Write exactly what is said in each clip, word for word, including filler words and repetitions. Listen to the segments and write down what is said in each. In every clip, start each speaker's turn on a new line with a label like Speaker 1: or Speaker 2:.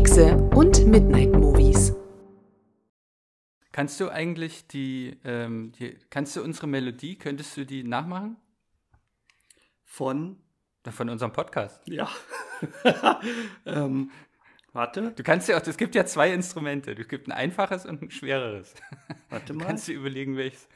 Speaker 1: Kekse und Midnight Movies.
Speaker 2: Kannst du eigentlich die, ähm, die, kannst du unsere Melodie, könntest du die nachmachen?
Speaker 3: Von?
Speaker 2: Von unserem Podcast.
Speaker 3: Ja. ähm, warte.
Speaker 2: Du kannst ja auch, es gibt ja zwei Instrumente. Es gibt ein einfaches und ein schwereres.
Speaker 3: Warte
Speaker 2: Du
Speaker 3: mal.
Speaker 2: kannst dir überlegen, welches.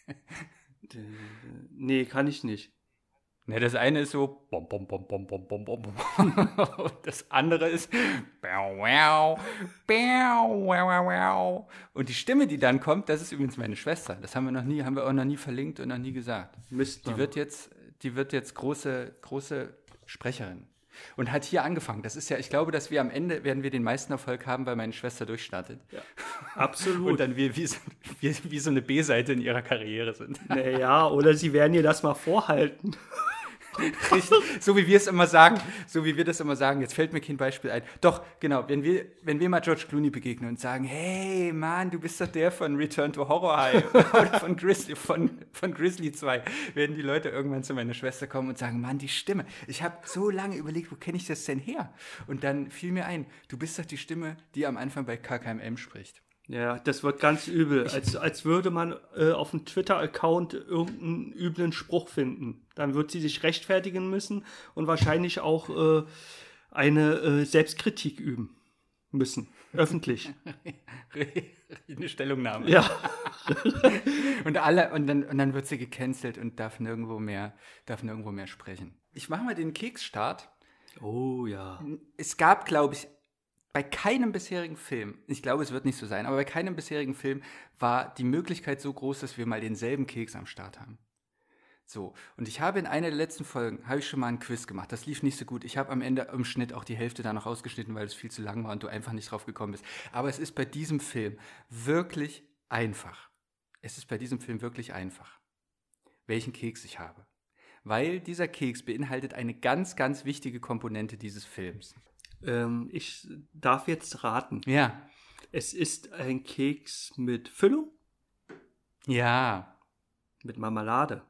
Speaker 3: Nee, kann ich nicht.
Speaker 2: Ne, das eine ist so bom, bom, bom, bom, bom, bom, bom. Und das andere ist bäu, wow, bäu, wow, wow. Und die Stimme, die dann kommt, das ist übrigens meine Schwester. Das haben wir noch nie, haben wir auch noch nie verlinkt und noch nie gesagt.
Speaker 3: Mist.
Speaker 2: Die wird jetzt, die wird jetzt große, große Sprecherin. Und hat hier angefangen. Das ist ja, ich glaube, dass wir am Ende werden wir den meisten Erfolg haben, weil meine Schwester durchstartet.
Speaker 3: Ja, absolut.
Speaker 2: Und dann wir wie, so- wie, wie so eine B-Seite in ihrer Karriere sind.
Speaker 3: Naja, oder sie werden ihr das mal vorhalten.
Speaker 2: Richtig, so wie wir es immer sagen, so wie wir das immer sagen, jetzt fällt mir kein Beispiel ein. Doch, genau, wenn wir, wenn wir mal George Clooney begegnen und sagen, hey, Mann, du bist doch der von Return to Horror High oder von Grizzly, von, von Grizzly zwei, werden die Leute irgendwann zu meiner Schwester kommen und sagen, Mann, die Stimme. Ich habe so lange überlegt, wo kenne ich das denn her? Und dann fiel mir ein, du bist doch die Stimme, die am Anfang bei K K M M spricht.
Speaker 3: Ja, das wird ganz übel. Als, als würde man äh, auf einem Twitter-Account irgendeinen üblen Spruch finden. Dann wird sie sich rechtfertigen müssen und wahrscheinlich auch äh, eine äh, Selbstkritik üben müssen. Öffentlich.
Speaker 2: Eine Stellungnahme.
Speaker 3: Ja.
Speaker 2: Und alle, und dann, und dann wird sie gecancelt und darf nirgendwo mehr, darf nirgendwo mehr sprechen. Ich mache mal den Keksstart.
Speaker 3: Oh ja.
Speaker 2: Es gab, glaube ich, bei keinem bisherigen Film, ich glaube, es wird nicht so sein, aber bei keinem bisherigen Film war die Möglichkeit so groß, dass wir mal denselben Keks am Start haben. So, und ich habe in einer der letzten Folgen, habe ich schon mal einen Quiz gemacht, das lief nicht so gut. Ich habe am Ende im Schnitt auch die Hälfte da noch ausgeschnitten, weil es viel zu lang war und du einfach nicht drauf gekommen bist. Aber es ist bei diesem Film wirklich einfach. Es ist bei diesem Film wirklich einfach, welchen Keks ich habe. Weil dieser Keks beinhaltet eine ganz, ganz wichtige Komponente dieses Films.
Speaker 3: Ähm, ich darf jetzt raten.
Speaker 2: Ja.
Speaker 3: Es ist ein Keks mit Füllung,
Speaker 2: Ja.
Speaker 3: mit Marmelade,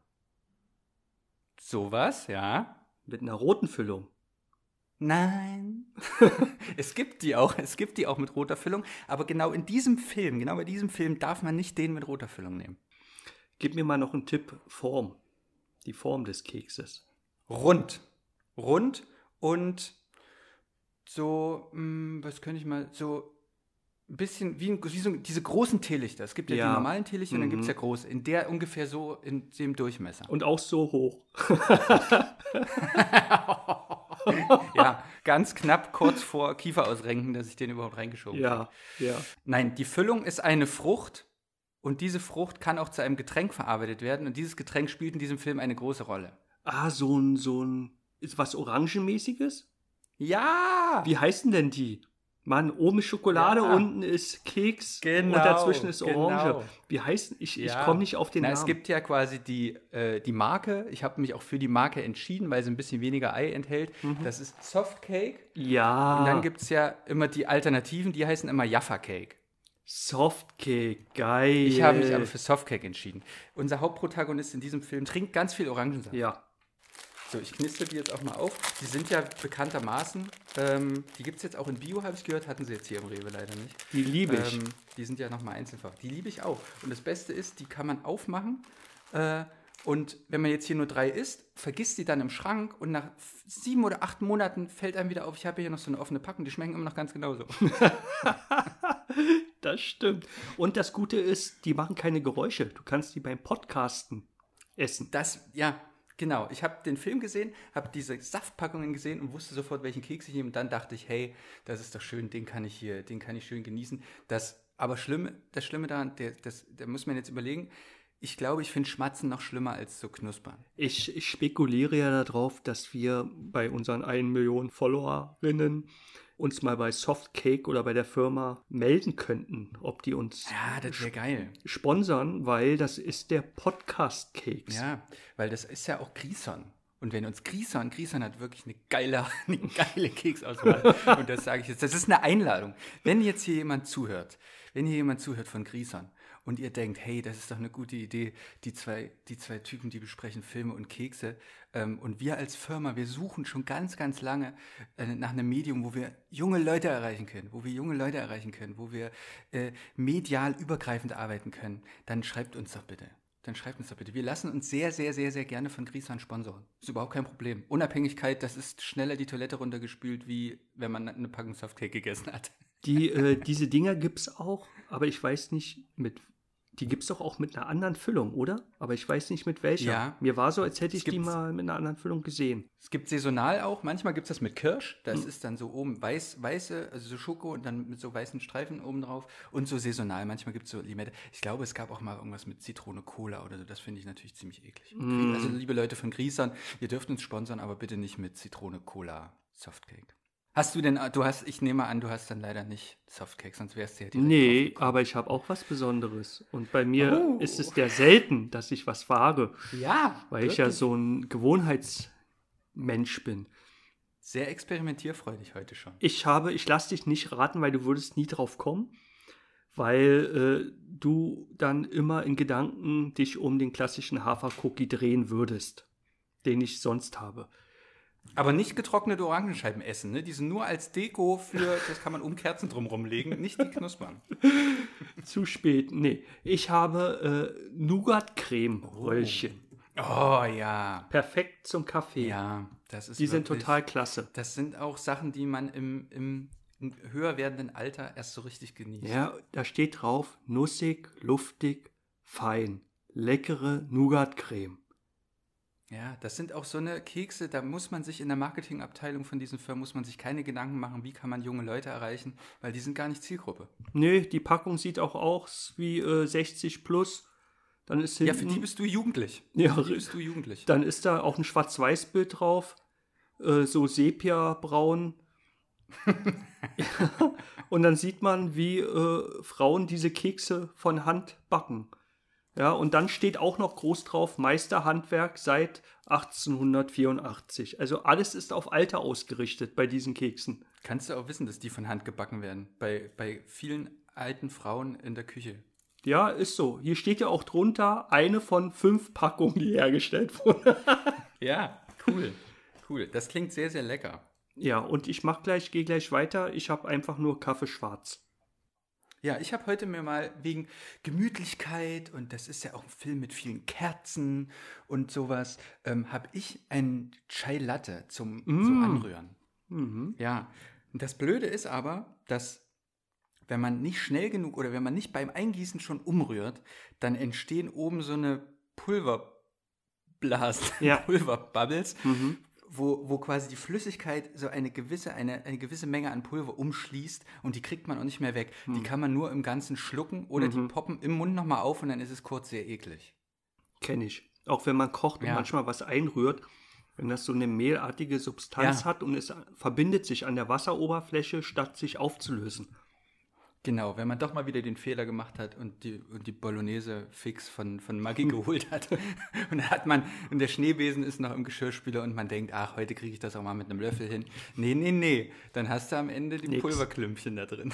Speaker 2: Sowas, ja.
Speaker 3: mit einer roten Füllung.
Speaker 2: Nein. Es gibt die auch, es gibt die auch mit roter Füllung, aber genau in diesem Film, genau bei diesem Film darf man nicht den mit roter Füllung nehmen.
Speaker 3: Gib mir mal noch einen Tipp. Form. Die Form des Kekses.
Speaker 2: Rund. Rund und so, mh, was könnte ich mal, so ein bisschen wie, ein, wie so diese großen Teelichter. Es gibt ja,
Speaker 3: Ja.
Speaker 2: die normalen Teelichter und dann
Speaker 3: Mhm.
Speaker 2: gibt es ja große. In der ungefähr so in dem Durchmesser.
Speaker 3: Und auch so hoch.
Speaker 2: Ja, ganz knapp kurz vor Kieferausrenken, dass ich den überhaupt reingeschoben habe.
Speaker 3: Ja, ja.
Speaker 2: Nein, die Füllung ist eine Frucht und diese Frucht kann auch zu einem Getränk verarbeitet werden und dieses Getränk spielt in diesem Film eine große Rolle.
Speaker 3: Ah, so ein, so ein, ist was Orangenmäßiges?
Speaker 2: Ja!
Speaker 3: Wie heißen denn die? Mann, oben ist Schokolade,
Speaker 2: Ja.
Speaker 3: unten ist Keks
Speaker 2: Genau,
Speaker 3: und dazwischen ist Orange.
Speaker 2: genau.
Speaker 3: Wie heißen, ich, ich
Speaker 2: Ja.
Speaker 3: komme nicht auf den
Speaker 2: Na,
Speaker 3: Namen.
Speaker 2: es gibt ja quasi die, äh, die Marke. Ich habe mich auch für die Marke entschieden, weil sie ein bisschen weniger Ei enthält. Das ist Soft Cake.
Speaker 3: ja,
Speaker 2: Und dann gibt es ja immer die Alternativen, die heißen immer Jaffa Cake.
Speaker 3: Softcake, geil.
Speaker 2: Ich habe mich aber für Soft Cake entschieden. Unser Hauptprotagonist in diesem Film trinkt ganz viel Orangensaft.
Speaker 3: Ja,
Speaker 2: So, ich knister die jetzt auch mal auf. Die sind ja bekanntermaßen, ähm, die gibt es jetzt auch in Bio, habe ich gehört, hatten sie jetzt hier im Rewe leider nicht.
Speaker 3: die liebe ich.
Speaker 2: Ähm, die sind ja nochmal einzeln verpackt. Die liebe ich auch. Und das Beste ist, die kann man aufmachen. Äh, und wenn man jetzt hier nur drei isst, vergisst die dann im Schrank und nach f- sieben oder acht Monaten fällt einem wieder auf, ich habe hier noch so eine offene Packung, die schmecken immer noch ganz genauso.
Speaker 3: Das stimmt. Und das Gute ist, die machen keine Geräusche. Du kannst die beim Podcasten essen.
Speaker 2: Das, ja, genau. Ich habe den Film gesehen, habe diese Saftpackungen gesehen und wusste sofort, welchen Keks ich nehme. Und dann dachte ich, hey, das ist doch schön, den kann ich hier, den kann ich schön genießen. Das, aber Schlimme, das Schlimme daran, der, das, da muss man jetzt überlegen, ich glaube, ich finde Schmatzen noch schlimmer als so Knuspern.
Speaker 3: Ich, ich spekuliere ja darauf, dass wir bei unseren eine Million Followerinnen uns mal bei Softcake oder bei der Firma melden könnten, ob die uns
Speaker 2: Ja, das wäre geil.
Speaker 3: sponsern, weil das ist der Podcast-Keks.
Speaker 2: Ja, weil das ist ja auch Grison. Und wenn uns Grison, Grison hat wirklich eine geile, eine geile Keksauswahl. Und das sage ich jetzt, das ist eine Einladung. Wenn jetzt hier jemand zuhört, wenn hier jemand zuhört von Grison und ihr denkt, hey, das ist doch eine gute Idee, die zwei, die zwei Typen, die besprechen Filme und Kekse. Ähm, und wir als Firma, wir suchen schon ganz, ganz lange äh, nach einem Medium, wo wir junge Leute erreichen können, wo wir junge Leute erreichen können, wo wir äh, medial übergreifend arbeiten können. Dann schreibt uns doch bitte. Dann schreibt uns doch bitte. Wir lassen uns sehr, sehr, sehr, sehr gerne von Griesmann sponsoren. Ist überhaupt kein Problem. Unabhängigkeit, das ist schneller die Toilette runtergespült, wie wenn man eine Packung Softcake gegessen hat.
Speaker 3: Die, äh, diese Dinger gibt es auch, aber ich weiß nicht mit. Die gibt es doch auch mit einer anderen Füllung, oder? Aber ich weiß nicht mit welcher.
Speaker 2: Ja.
Speaker 3: Mir war so, als hätte
Speaker 2: Es
Speaker 3: ich die
Speaker 2: gibt's-
Speaker 3: mal mit einer anderen Füllung gesehen.
Speaker 2: Es gibt saisonal auch, manchmal gibt es das mit Kirsch, das ist dann so oben weiß, weiße, also so Schoko und dann mit so weißen Streifen oben drauf und so saisonal, manchmal gibt es so Limette. Ich glaube, es gab auch mal irgendwas mit Zitrone Cola oder so, das finde ich natürlich ziemlich eklig. Also liebe Leute von Griesern, ihr dürft uns sponsern, aber bitte nicht mit Zitrone Cola Softcake. Hast du denn, du hast, ich nehme an, du hast dann leider nicht Softcake, sonst wärst du ja direkt
Speaker 3: Nee,
Speaker 2: draufgekommen.
Speaker 3: aber ich habe auch was Besonderes. Und bei mir
Speaker 2: Oh.
Speaker 3: ist es sehr selten, dass ich was wage,
Speaker 2: Ja,
Speaker 3: weil ich ja
Speaker 2: wirklich.
Speaker 3: so ein Gewohnheitsmensch bin.
Speaker 2: Sehr experimentierfreudig heute schon.
Speaker 3: Ich habe, ich lasse dich nicht raten, weil du würdest nie drauf kommen, weil äh, du dann immer in Gedanken dich um den klassischen Hafercookie drehen würdest, den ich sonst habe.
Speaker 2: Aber nicht getrocknete Orangenscheiben essen, ne? Die sind nur als Deko für, das kann man um Kerzen drumherum legen, nicht die knuspern.
Speaker 3: Zu spät, nee. Ich habe äh, Nougat-Creme-Röllchen.
Speaker 2: Oh ja,
Speaker 3: Perfekt zum Kaffee.
Speaker 2: ja, das ist
Speaker 3: Die sind
Speaker 2: wirklich-
Speaker 3: total klasse.
Speaker 2: Das sind auch Sachen, die man im, im höher werdenden Alter erst so richtig genießt.
Speaker 3: Ja, da steht drauf, nussig, luftig, fein. Leckere Nougat-Creme.
Speaker 2: Ja, das sind auch so eine Kekse, da muss man sich in der Marketingabteilung von diesen Firmen, muss man sich keine Gedanken machen, wie kann man junge Leute erreichen, weil die sind gar nicht Zielgruppe.
Speaker 3: Nö, die Packung sieht auch aus wie äh, sechzig plus. Dann ist
Speaker 2: Ja,
Speaker 3: hinten,
Speaker 2: für die bist du jugendlich.
Speaker 3: Ja,
Speaker 2: für die bist du jugendlich.
Speaker 3: dann ist da auch ein Schwarz-Weiß-Bild drauf, äh, so Sepia-braun. Und dann sieht man, wie äh, Frauen diese Kekse von Hand backen. Ja, und dann steht auch noch groß drauf, Meisterhandwerk seit achtzehnhundertvierundachtzig. Also alles ist auf Alter ausgerichtet bei diesen Keksen.
Speaker 2: Kannst du auch wissen, dass die von Hand gebacken werden, bei, bei vielen alten Frauen in der Küche.
Speaker 3: Ja, ist so. Hier steht ja auch drunter, eine von fünf Packungen, die hergestellt wurden.
Speaker 2: Ja, cool, cool. Das klingt sehr, sehr lecker.
Speaker 3: Ja, und ich mach gleich, gehe gleich weiter. Ich habe einfach nur Kaffee schwarz.
Speaker 2: Ja, ich habe heute mir mal wegen Gemütlichkeit, und das ist ja auch ein Film mit vielen Kerzen und sowas, ähm, habe ich einen Chai Latte zum so Anrühren.
Speaker 3: Mhm.
Speaker 2: Ja, und das Blöde ist aber, dass wenn man nicht schnell genug oder wenn man nicht beim Eingießen schon umrührt, dann entstehen oben so eine Pulverblasen,
Speaker 3: Ja.
Speaker 2: Pulverbubbles,
Speaker 3: Mhm.
Speaker 2: wo, wo quasi die Flüssigkeit so eine gewisse, eine, eine gewisse Menge an Pulver umschließt und die kriegt man auch nicht mehr weg. Die kann man nur im Ganzen schlucken oder die
Speaker 3: Mhm.
Speaker 2: poppen im Mund nochmal auf und dann ist es kurz sehr eklig.
Speaker 3: Kenne ich. Auch wenn man kocht und
Speaker 2: Ja.
Speaker 3: manchmal was einrührt, wenn das so eine mehlartige Substanz
Speaker 2: Ja.
Speaker 3: hat und es verbindet sich an der Wasseroberfläche, statt sich aufzulösen.
Speaker 2: Genau, wenn man doch mal wieder den Fehler gemacht hat und die, und die Bolognese fix von, von Maggi geholt hat. Und dann hat man, und der Schneebesen ist noch im Geschirrspüler und man denkt, ach, heute kriege ich das auch mal mit einem Löffel hin. Nee, nee, nee. Dann hast du am Ende die
Speaker 3: Nix.
Speaker 2: Pulverklümpchen da drin.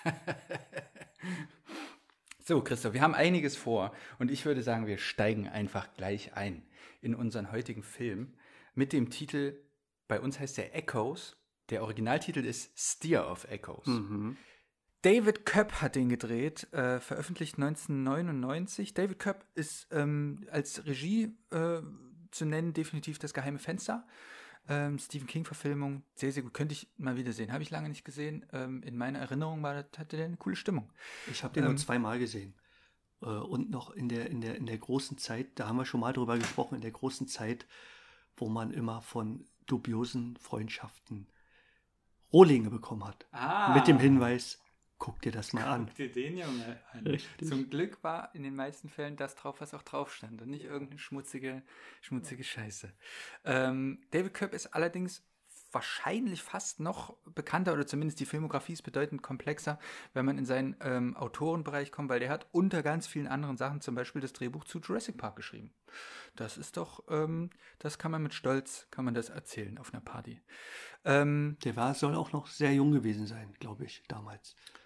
Speaker 2: So, Christoph, wir haben einiges vor und ich würde sagen, wir steigen einfach gleich ein in unseren heutigen Film mit dem Titel, bei uns heißt der Echoes. Der Originaltitel ist Steer of Echoes.
Speaker 3: Mhm.
Speaker 2: David Koepp hat den gedreht, äh, veröffentlicht neunzehnhundertneunundneunzig. David Koepp ist ähm, als Regie äh, zu nennen definitiv Das geheime Fenster. Ähm, Stephen King-Verfilmung, sehr, sehr gut. Könnte ich mal wieder sehen. Habe ich lange nicht gesehen. Ähm, in meiner Erinnerung war, das, hatte der eine coole Stimmung.
Speaker 3: Ich habe den
Speaker 2: Ähm,
Speaker 3: nur zweimal gesehen. Äh, Und noch in der, in, der, in der großen Zeit, da haben wir schon mal drüber gesprochen, in der großen Zeit, wo man immer von dubiosen Freundschaften Rohlinge bekommen hat.
Speaker 2: Ah.
Speaker 3: Mit dem Hinweis, guck dir das mal an.
Speaker 2: Guck dir den Junge an.
Speaker 3: Richtig.
Speaker 2: Zum Glück war in den meisten Fällen das drauf, was auch drauf stand und nicht irgendeine schmutzige, schmutzige Scheiße. Ähm, David Koepp ist allerdings wahrscheinlich fast noch bekannter oder zumindest die Filmografie ist bedeutend komplexer, wenn man in seinen ähm, Autorenbereich kommt, weil der hat unter ganz vielen anderen Sachen zum Beispiel das Drehbuch zu Jurassic Park geschrieben. Das ist doch, ähm, das kann man mit Stolz, kann man das erzählen auf einer Party. Ähm,
Speaker 3: Der war, soll auch noch sehr jung gewesen sein, glaube ich, damals.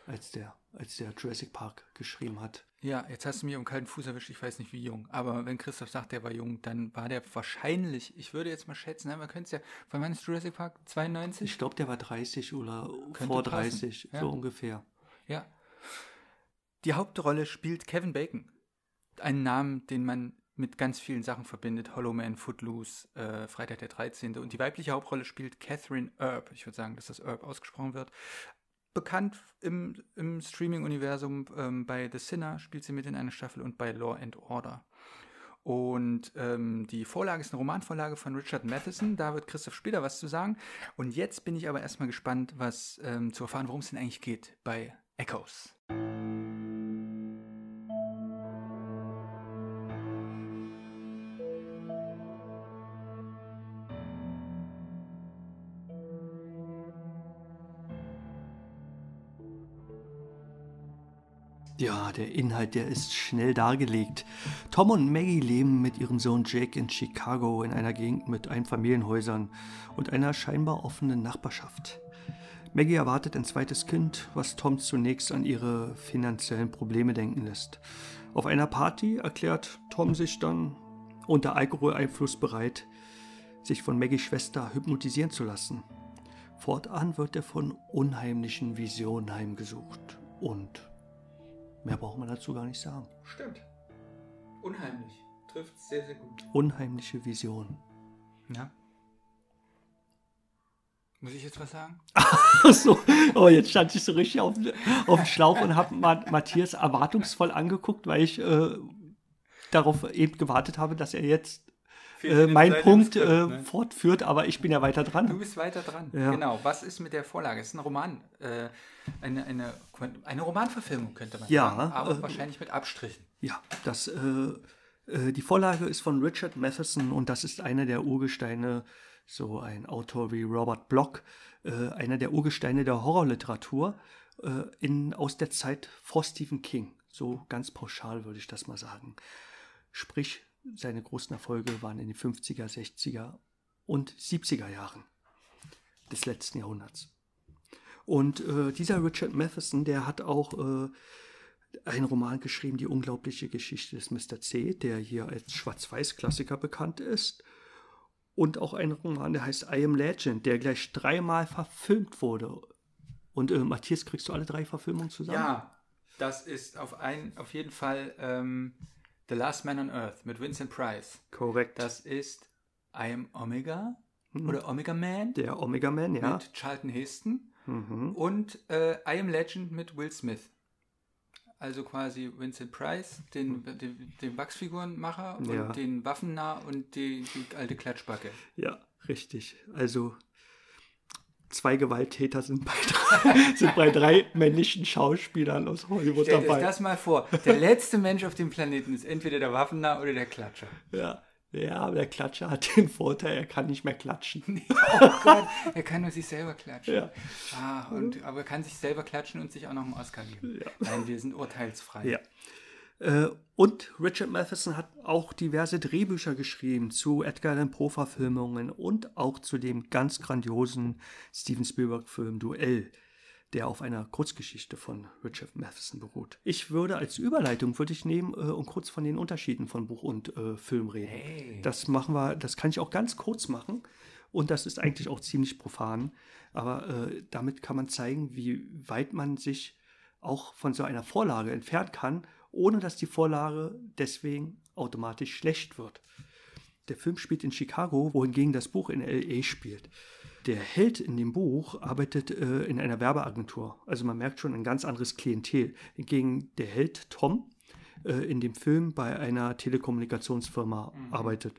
Speaker 3: als der, als der Jurassic Park geschrieben hat.
Speaker 2: Ja, jetzt hast du mich um kalten Fuß erwischt, ich weiß nicht wie jung. Aber wenn Christoph sagt, der war jung, dann war der wahrscheinlich, ich würde jetzt mal schätzen, man könnte es ja, von wann ist Jurassic Park? zweiundneunzig?
Speaker 3: Ich glaube, der war dreißig oder
Speaker 2: Könnte
Speaker 3: vor
Speaker 2: passen.
Speaker 3: dreißig,
Speaker 2: Ja.
Speaker 3: so ungefähr.
Speaker 2: Ja. Die Hauptrolle spielt Kevin Bacon. Einen Namen, den man mit ganz vielen Sachen verbindet. Hollow Man, Footloose, äh, Freitag der dreizehnte. Und die weibliche Hauptrolle spielt Catherine Erb. Ich würde sagen, dass das Erb ausgesprochen wird. Bekannt im, im Streaming-Universum. Ähm, bei The Sinner spielt sie mit in einer Staffel und bei Law and Order. Und ähm, die Vorlage ist eine Romanvorlage von Richard Matheson. Da wird Christoph später was zu sagen. Und jetzt bin ich aber erstmal gespannt, was ähm, zu erfahren, worum es denn eigentlich geht bei Echoes.
Speaker 3: Ja, der Inhalt, der ist schnell dargelegt. Tom und Maggie leben mit ihrem Sohn Jake in Chicago in einer Gegend mit Einfamilienhäusern und einer scheinbar offenen Nachbarschaft. Maggie erwartet ein zweites Kind, was Tom zunächst an ihre finanziellen Probleme denken lässt. Auf einer Party erklärt Tom sich dann unter Alkoholeinfluss bereit, sich von Maggies Schwester hypnotisieren zu lassen. Fortan wird er von unheimlichen Visionen heimgesucht und mehr braucht man dazu gar nicht sagen.
Speaker 2: Stimmt. Unheimlich. Trifft sehr, sehr gut.
Speaker 3: Unheimliche Visionen.
Speaker 2: Ja. Muss ich jetzt was sagen?
Speaker 3: so, oh, jetzt stand ich so richtig auf, auf dem Schlauch und habe Matthias erwartungsvoll angeguckt, weil ich äh, darauf eben gewartet habe, dass er jetzt äh, meinen Punkt Skript, äh, ne? fortführt, aber ich bin ja weiter dran.
Speaker 2: Du bist weiter dran,
Speaker 3: ja.
Speaker 2: Genau. Was ist mit der Vorlage? Es ist ein Roman, äh, eine, eine, eine Romanverfilmung, könnte man
Speaker 3: ja,
Speaker 2: sagen, aber
Speaker 3: äh,
Speaker 2: wahrscheinlich mit Abstrichen.
Speaker 3: Ja, das, äh, äh, die Vorlage ist von Richard Matheson und das ist einer der Urgesteine, so ein Autor wie Robert Bloch, äh, einer der Urgesteine der Horrorliteratur äh, in, aus der Zeit vor Stephen King. So ganz pauschal würde ich das mal sagen. Sprich, seine großen Erfolge waren in den fünfziger, sechziger und siebziger Jahren des letzten Jahrhunderts. Und äh, dieser Richard Matheson, der hat auch äh, einen Roman geschrieben, Die unglaubliche Geschichte des Mister C, der hier als Schwarz-Weiß-Klassiker bekannt ist. Und auch einen Roman, der heißt I Am Legend, der gleich dreimal verfilmt wurde. Und äh, Matthias, kriegst du alle drei Verfilmungen zusammen?
Speaker 2: Ja, das ist auf, ein, auf jeden Fall ähm, The Last Man on Earth mit Vincent Price.
Speaker 3: Korrekt.
Speaker 2: Das ist I Am Omega
Speaker 3: hm.
Speaker 2: oder Omega Man.
Speaker 3: Der Omega Man, ja.
Speaker 2: Mit Charlton Heston.
Speaker 3: Mhm.
Speaker 2: Und äh, I Am Legend mit Will Smith. Also quasi Vincent Price, den, den, den Wachsfigurenmacher und
Speaker 3: ja.
Speaker 2: den Waffennah und die, die alte Klatschbacke.
Speaker 3: Ja, richtig. Also zwei Gewalttäter sind bei drei, sind bei drei männlichen Schauspielern aus Hollywood
Speaker 2: Stellt
Speaker 3: dabei.
Speaker 2: euch das mal vor. Der letzte Mensch auf dem Planeten ist entweder der Waffennah oder der Klatscher.
Speaker 3: Ja. Ja, aber der Klatscher hat den Vorteil, er kann nicht mehr klatschen.
Speaker 2: Oh Gott, er kann nur sich selber klatschen.
Speaker 3: Ja.
Speaker 2: Ah, und, aber er kann sich selber klatschen und sich auch noch einen Oscar geben.
Speaker 3: Ja.
Speaker 2: Nein, wir sind urteilsfrei.
Speaker 3: Ja. Äh, und Richard Matheson hat auch diverse Drehbücher geschrieben zu Edgar Allan Poe-Verfilmungen und auch zu dem ganz grandiosen Steven Spielberg-Film Duell, der auf einer Kurzgeschichte von Richard Matheson beruht. Ich würde als Überleitung würde ich nehmen äh, und kurz von den Unterschieden von Buch und äh, Film reden.
Speaker 2: Hey.
Speaker 3: Das machen wir, das kann ich auch ganz kurz machen und das ist eigentlich auch ziemlich profan, aber äh, damit kann man zeigen, wie weit man sich auch von so einer Vorlage entfernen kann, ohne dass die Vorlage deswegen automatisch schlecht wird. Der Film spielt in Chicago, wohingegen das Buch in L A spielt. Der Held in dem Buch arbeitet äh, in einer Werbeagentur. Also man merkt schon ein ganz anderes Klientel. Hingegen der Held Tom äh, in dem Film bei einer Telekommunikationsfirma mhm. arbeitet.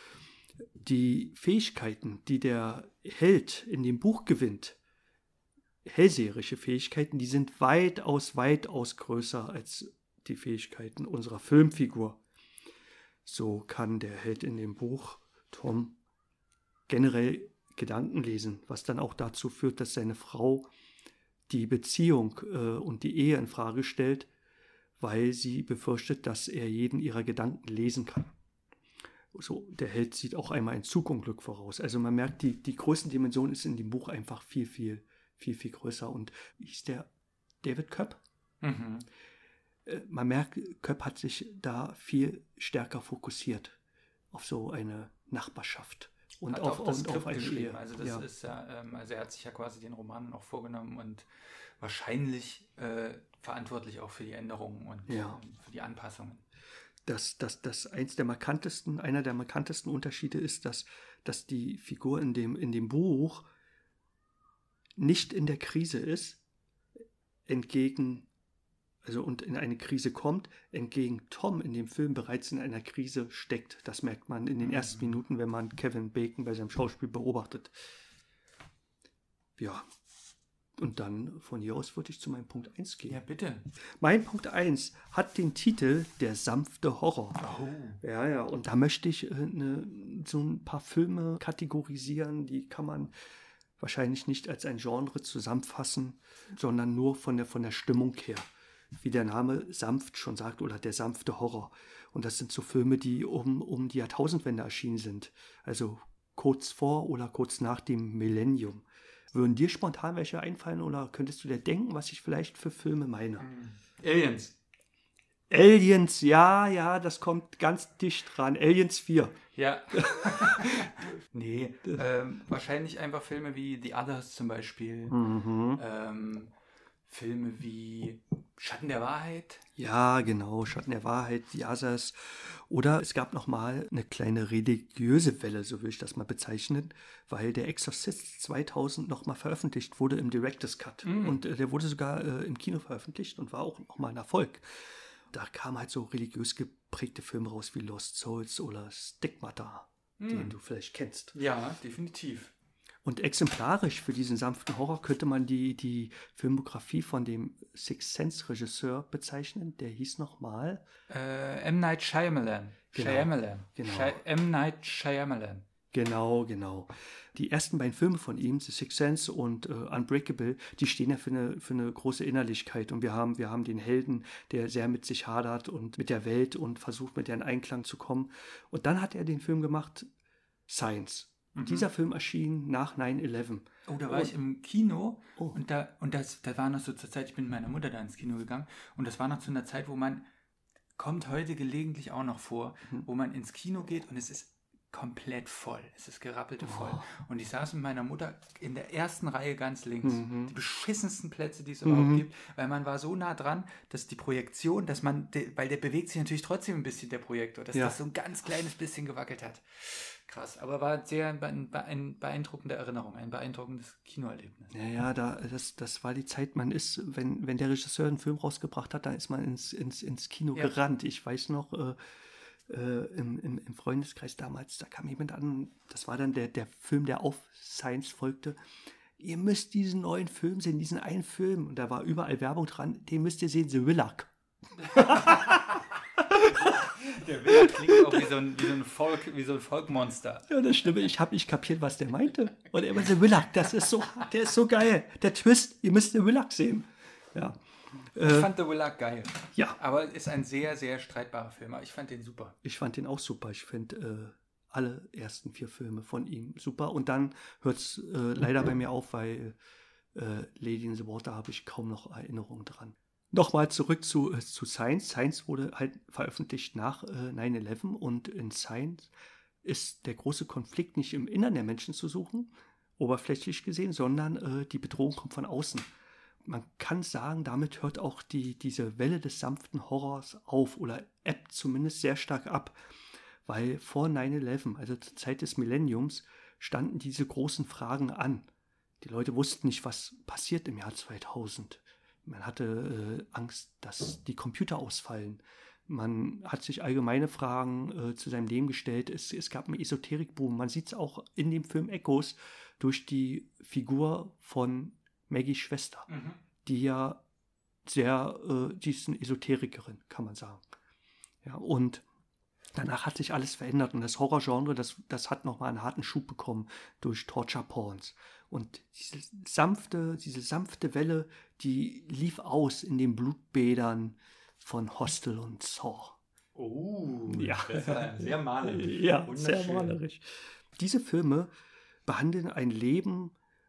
Speaker 3: Die Fähigkeiten, die der Held in dem Buch gewinnt, hellseherische Fähigkeiten, die sind weitaus, weitaus größer als die Fähigkeiten unserer Filmfigur. So kann der Held in dem Buch, Tom, generell Gedanken lesen, was dann auch dazu führt, dass seine Frau die Beziehung äh, und die Ehe in Frage stellt, weil sie befürchtet, dass er jeden ihrer Gedanken lesen kann. So, der Held sieht auch einmal ein Zugunglück voraus. Also man merkt, die, die Größendimension ist in dem Buch einfach viel, viel, viel, viel größer. Und wie ist der David Koepp.
Speaker 2: Mhm.
Speaker 3: Man merkt, Koepp hat sich da viel stärker fokussiert auf so eine Nachbarschaft und
Speaker 2: hat
Speaker 3: auf,
Speaker 2: auch das
Speaker 3: und
Speaker 2: Skript
Speaker 3: auf eine
Speaker 2: geschrieben.
Speaker 3: Ehe.
Speaker 2: Also das
Speaker 3: ja.
Speaker 2: ist ja, ähm, also er hat sich ja quasi den Roman auch vorgenommen und wahrscheinlich äh, verantwortlich auch für die Änderungen und
Speaker 3: Ja.
Speaker 2: ähm, für die Anpassungen.
Speaker 3: Das, das, das eins der markantesten, einer der markantesten Unterschiede ist, dass, dass die Figur in dem, in dem Buch nicht in der Krise ist, entgegen, also und in eine Krise kommt, entgegen Tom in dem Film bereits in einer Krise steckt. Das merkt man in den
Speaker 2: Mhm.
Speaker 3: ersten Minuten, wenn man Kevin Bacon bei seinem Schauspiel beobachtet. Ja. Und dann von hier aus würde ich zu meinem Punkt eins gehen.
Speaker 2: Ja, bitte.
Speaker 3: Mein Punkt eins hat den Titel Der sanfte Horror.
Speaker 2: Oh.
Speaker 3: Ja, ja, und da möchte ich äh, ne, so ein paar Filme kategorisieren, die kann man wahrscheinlich nicht als ein Genre zusammenfassen, sondern nur von der, von der Stimmung her. Wie der Name sanft schon sagt, oder der sanfte Horror. Und das sind so Filme, die um, um die Jahrtausendwende erschienen sind. Also kurz vor oder kurz nach dem Millennium. Würden dir spontan welche einfallen oder könntest du dir denken, was ich vielleicht für Filme meine?
Speaker 2: Aliens.
Speaker 3: Aliens, ja, ja, das kommt ganz dicht dran. Aliens vier.
Speaker 2: Ja. nee, ähm, wahrscheinlich einfach Filme wie The Others zum Beispiel.
Speaker 3: Mhm.
Speaker 2: Ähm, Filme wie Schatten der Wahrheit.
Speaker 3: Ja, genau, Schatten der Wahrheit, die Others. Oder es gab noch mal eine kleine religiöse Welle, so will ich das mal bezeichnen, weil der Exorcist zweitausend noch mal veröffentlicht wurde im Director's Cut.
Speaker 2: Mhm.
Speaker 3: Und äh, der wurde sogar äh, im Kino veröffentlicht und war auch noch mal ein Erfolg. Da kamen halt so religiös geprägte Filme raus wie Lost Souls oder Stigmata,
Speaker 2: Mhm.
Speaker 3: den du vielleicht kennst.
Speaker 2: Ja, definitiv.
Speaker 3: Und exemplarisch für diesen sanften Horror könnte man die, die Filmografie von dem Sixth Sense Regisseur bezeichnen. Der hieß nochmal.
Speaker 2: Äh, M. Night Shyamalan.
Speaker 3: Genau.
Speaker 2: Shyamalan.
Speaker 3: Genau.
Speaker 2: Shy- M. Night Shyamalan.
Speaker 3: Genau, genau. Die ersten beiden Filme von ihm, The Sixth Sense und äh, Unbreakable, die stehen ja für eine, für eine große Innerlichkeit. Und wir haben, wir haben den Helden, der sehr mit sich hadert und mit der Welt und versucht, mit der in Einklang zu kommen. Und dann hat er den Film gemacht, Science.
Speaker 2: Mhm.
Speaker 3: Dieser Film erschien nach nine eleven.
Speaker 2: Oh, da war
Speaker 3: Oh.
Speaker 2: ich im Kino
Speaker 3: Oh.
Speaker 2: und da und das, da war noch so zur Zeit, ich bin mit meiner Mutter da ins Kino gegangen und das war noch zu einer Zeit, wo man, kommt heute gelegentlich auch noch vor,
Speaker 3: Mhm.
Speaker 2: wo man ins Kino geht und es ist komplett voll. Es ist gerappelte voll.
Speaker 3: Oh.
Speaker 2: Und ich saß mit meiner Mutter in der ersten Reihe ganz links.
Speaker 3: Mhm.
Speaker 2: Die beschissensten Plätze, die es
Speaker 3: Mhm.
Speaker 2: überhaupt gibt, weil man war so nah dran, dass die Projektion, dass man, de, weil der bewegt sich natürlich trotzdem ein bisschen, der Projektor, dass
Speaker 3: Ja.
Speaker 2: das so ein ganz kleines bisschen gewackelt hat. Krass, aber war sehr ein beeindruckende Erinnerung, ein beeindruckendes Kinoerlebnis.
Speaker 3: Ja, ja, da, das, das war die Zeit, man ist, wenn, wenn der Regisseur einen Film rausgebracht hat, dann ist man ins, ins, ins Kino
Speaker 2: Ja.
Speaker 3: gerannt. Ich weiß noch, äh, äh, im, im, im Freundeskreis damals, da kam jemand an, das war dann der, der Film, der auf Science folgte. Ihr müsst diesen neuen Film sehen, diesen einen Film. Und da war überall Werbung dran, den müsst ihr sehen, The Willock.
Speaker 2: Der Willock klingt auch wie so ein, wie so ein, Volk, wie so ein Volkmonster.
Speaker 3: Ja, das Schlimme, ich habe nicht kapiert, was der meinte. Und er meinte, The Willock, das ist so, der ist so geil. Der Twist, ihr müsst The Willock sehen. Ja.
Speaker 2: Ich fand The Willock geil.
Speaker 3: Ja.
Speaker 2: Aber ist ein sehr, sehr streitbarer Film. Aber ich fand den super.
Speaker 3: Ich fand den auch super. Ich finde äh, alle ersten vier Filme von ihm super. Und dann hört es äh, leider bei mir auf, weil äh, Lady in the Water habe ich kaum noch Erinnerungen dran. Nochmal zurück zu, äh, zu Science. Science wurde halt veröffentlicht nach äh, nine eleven und in Science ist der große Konflikt nicht im Innern der Menschen zu suchen, oberflächlich gesehen, sondern äh, die Bedrohung kommt von außen. Man kann sagen, damit hört auch die, diese Welle des sanften Horrors auf oder ebbt zumindest sehr stark ab, weil vor nine eleven, also zur Zeit des Millenniums, standen diese großen Fragen an. Die Leute wussten nicht, was passiert im Jahr zweitausend. Man hatte äh, Angst, dass die Computer ausfallen. Man hat sich allgemeine Fragen äh, zu seinem Leben gestellt. Es, es gab einen Esoterikboom. Man sieht es auch in dem Film Echos durch die Figur von Maggies Schwester,
Speaker 2: Mhm.
Speaker 3: die ja sehr, äh, die ist eine Esoterikerin, kann man sagen. Ja, und danach hat sich alles verändert und das Horrorgenre, das, das hat nochmal einen harten Schub bekommen durch Torture Porns. Und diese sanfte, diese sanfte Welle, die lief aus in den Blutbädern von Hostel und Saw.
Speaker 2: Oh,
Speaker 3: Ja.
Speaker 2: das war sehr malerisch.
Speaker 3: Ja,
Speaker 2: Wunderschön.
Speaker 3: sehr malerisch. Diese Filme behandeln ein Leben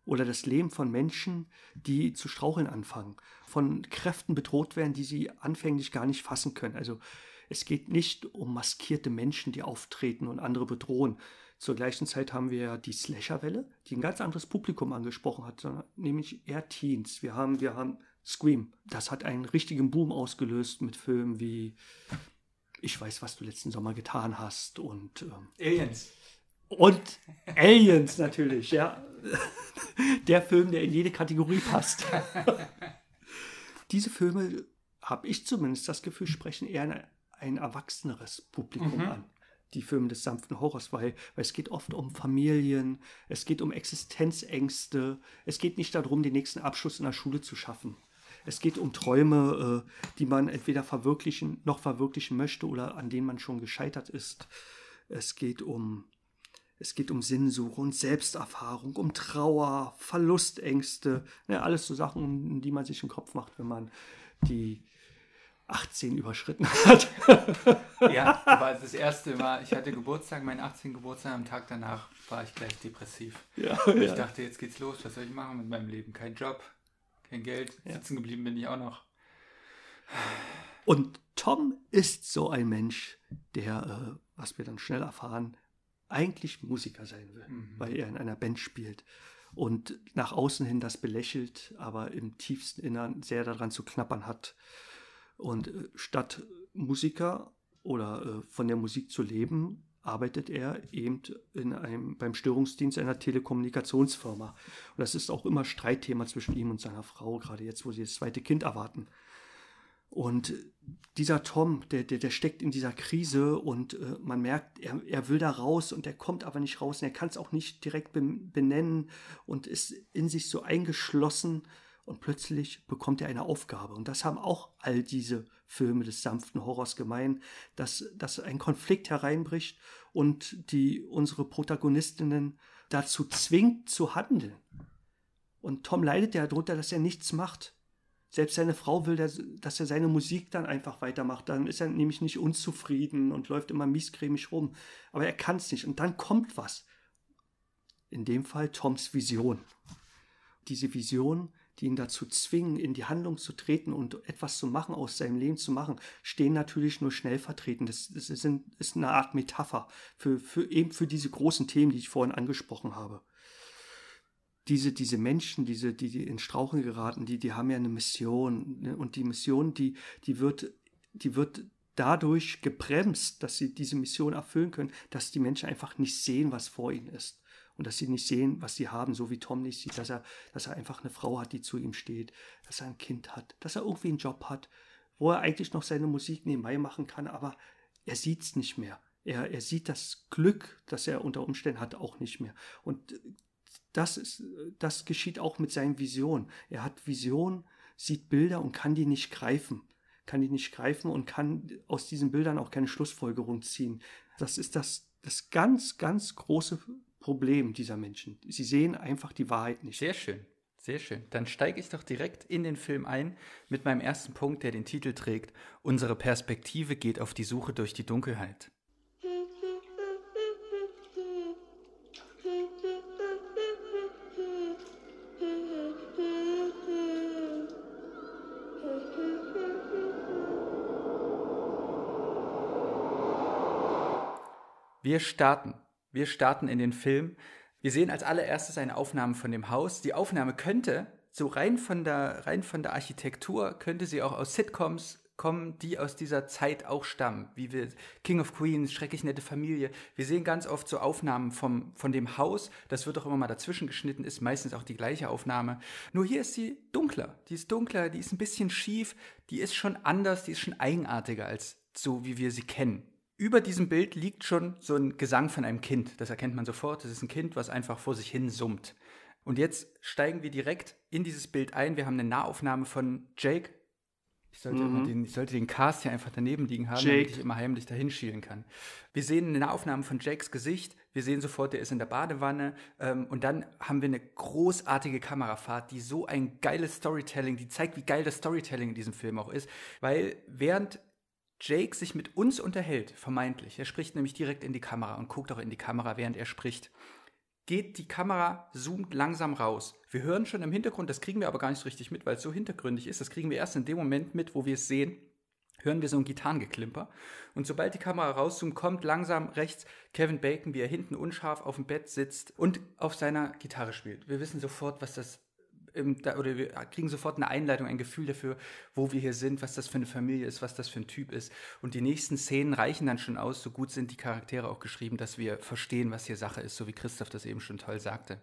Speaker 3: oder das Leben von Menschen, die zu straucheln anfangen, von Kräften bedroht werden, die sie anfänglich gar nicht fassen können. Also es geht nicht um maskierte Menschen, die auftreten und andere bedrohen. Zur gleichen Zeit haben wir ja die Slasher-Welle, die ein ganz anderes Publikum angesprochen hat, sondern nämlich eher Teens. Wir haben, wir haben Scream. Das hat einen richtigen Boom ausgelöst mit Filmen wie Ich weiß, was du letzten Sommer getan hast und ähm,
Speaker 2: Aliens.
Speaker 3: Und Aliens natürlich, ja. Der Film, der in jede Kategorie passt. Diese Filme, habe ich zumindest das Gefühl, sprechen eher ein, ein erwachseneres Publikum mhm. an. Die Filme des sanften Horrors, weil, weil es geht oft um Familien, es geht um Existenzängste, es geht nicht darum, den nächsten Abschluss in der Schule zu schaffen. Es geht um Träume, äh, die man entweder verwirklichen, noch verwirklichen möchte oder an denen man schon gescheitert ist. Es geht um Es geht um Sinnsuche und Selbsterfahrung, um Trauer, Verlustängste, ja, alles so Sachen, um die man sich den Kopf macht, wenn man die achtzehn überschritten hat.
Speaker 2: Ja, aber das erste Mal, ich hatte Geburtstag, meinen achtzehnten Geburtstag, am Tag danach war ich gleich depressiv.
Speaker 3: Ja,
Speaker 2: ich
Speaker 3: ja.
Speaker 2: dachte, jetzt geht's los, was soll ich machen mit meinem Leben? Kein Job, kein Geld, sitzen geblieben bin ich auch noch.
Speaker 3: Und Tom ist so ein Mensch, der, äh, was wir dann schnell erfahren, eigentlich Musiker sein will, mhm. weil er in einer Band spielt und nach außen hin das belächelt, aber im tiefsten Innern sehr daran zu knappern hat. Und äh, statt Musiker oder äh, von der Musik zu leben, arbeitet er eben in einem, beim Störungsdienst einer Telekommunikationsfirma. Und das ist auch immer Streitthema zwischen ihm und seiner Frau, gerade jetzt, wo sie das zweite Kind erwarten. Und dieser Tom, der, der, der steckt in dieser Krise und äh, man merkt, er, er will da raus und er kommt aber nicht raus und er kann es auch nicht direkt benennen und ist in sich so eingeschlossen und plötzlich bekommt er eine Aufgabe. Und das haben auch all diese Filme des sanften Horrors gemein, dass, dass ein Konflikt hereinbricht und die unsere Protagonistinnen dazu zwingt zu handeln. Und Tom leidet ja darunter, dass er nichts macht. Selbst seine Frau will, dass er seine Musik dann einfach weitermacht. Dann ist er nämlich nicht unzufrieden und läuft immer miescremig rum. Aber er kann es nicht. Und dann kommt was. In dem Fall Toms Vision. Diese Vision, die ihn dazu zwingen, in die Handlung zu treten und etwas zu machen, aus seinem Leben zu machen, stehen natürlich nur stellvertretend. Das, das ist, ein, ist eine Art Metapher für, für eben für diese großen Themen, die ich vorhin angesprochen habe. Diese, diese Menschen, diese, die, die in Straucheln geraten, die, die haben ja eine Mission. Ne? Und die Mission, die, die, wird, die wird dadurch gebremst, dass sie diese Mission erfüllen können, dass die Menschen einfach nicht sehen, was vor ihnen ist. Und dass sie nicht sehen, was sie haben, so wie Tom nicht sieht, dass er, dass er einfach eine Frau hat, die zu ihm steht, dass er ein Kind hat, dass er irgendwie einen Job hat, wo er eigentlich noch seine Musik nebenbei machen kann, aber er sieht es nicht mehr. Er, er sieht das Glück, das er unter Umständen hat, auch nicht mehr. Und Das, ist, das geschieht auch mit seinen Visionen. Er hat Visionen, sieht Bilder und kann die nicht greifen. Kann die nicht greifen und kann aus diesen Bildern auch keine Schlussfolgerung ziehen. Das ist das, das ganz, ganz große Problem dieser Menschen. Sie sehen einfach die Wahrheit nicht.
Speaker 2: Sehr schön, sehr schön. Dann steige ich doch direkt in den Film ein mit meinem ersten Punkt, der den Titel trägt: Unsere Perspektive geht auf die Suche durch die Dunkelheit. Wir starten. Wir starten in den Film. Wir sehen als allererstes eine Aufnahme von dem Haus. Die Aufnahme könnte, so rein von der, rein von der Architektur, könnte sie auch aus Sitcoms kommen, die aus dieser Zeit auch stammen. Wie wir King of Queens, Schrecklich nette Familie. Wir sehen ganz oft so Aufnahmen vom, von dem Haus. Das wird auch immer mal dazwischen geschnitten, ist meistens auch die gleiche Aufnahme. Nur hier ist sie dunkler. Die ist dunkler, die ist ein bisschen schief. Die ist schon anders, die ist schon eigenartiger als so, wie wir sie kennen. Über diesem Bild liegt schon so ein Gesang von einem Kind. Das erkennt man sofort. Das ist ein Kind, was einfach vor sich hin summt. Und jetzt steigen wir direkt in dieses Bild ein. Wir haben eine Nahaufnahme von Jake. Ich sollte, mhm. immer den, ich sollte den Cast hier einfach daneben liegen haben,
Speaker 3: Jake.
Speaker 2: damit ich immer heimlich dahin schielen kann. Wir sehen eine Nahaufnahme von Jakes Gesicht. Wir sehen sofort, der ist in der Badewanne. Ähm, und dann haben wir eine großartige Kamerafahrt, die so ein geiles Storytelling, die zeigt, wie geil das Storytelling in diesem Film auch ist. Weil während Jake sich mit uns unterhält, vermeintlich. Er spricht nämlich direkt in die Kamera und guckt auch in die Kamera, während er spricht. geht die Kamera, zoomt langsam raus. Wir hören schon im Hintergrund, das kriegen wir aber gar nicht so richtig mit, weil es so hintergründig ist. Das kriegen wir erst in dem Moment mit, wo wir es sehen, hören wir so ein Gitarrengeklimper. Und sobald die Kamera rauszoomt, kommt langsam rechts Kevin Bacon, wie er hinten unscharf auf dem Bett sitzt und auf seiner Gitarre spielt. Wir wissen sofort, was das oder wir kriegen sofort eine Einleitung, ein Gefühl dafür, wo wir hier sind, was das für eine Familie ist, was das für ein Typ ist. Und die nächsten Szenen reichen dann schon aus, so gut sind die Charaktere auch geschrieben, dass wir verstehen, was hier Sache ist, so wie Christoph das eben schon toll sagte.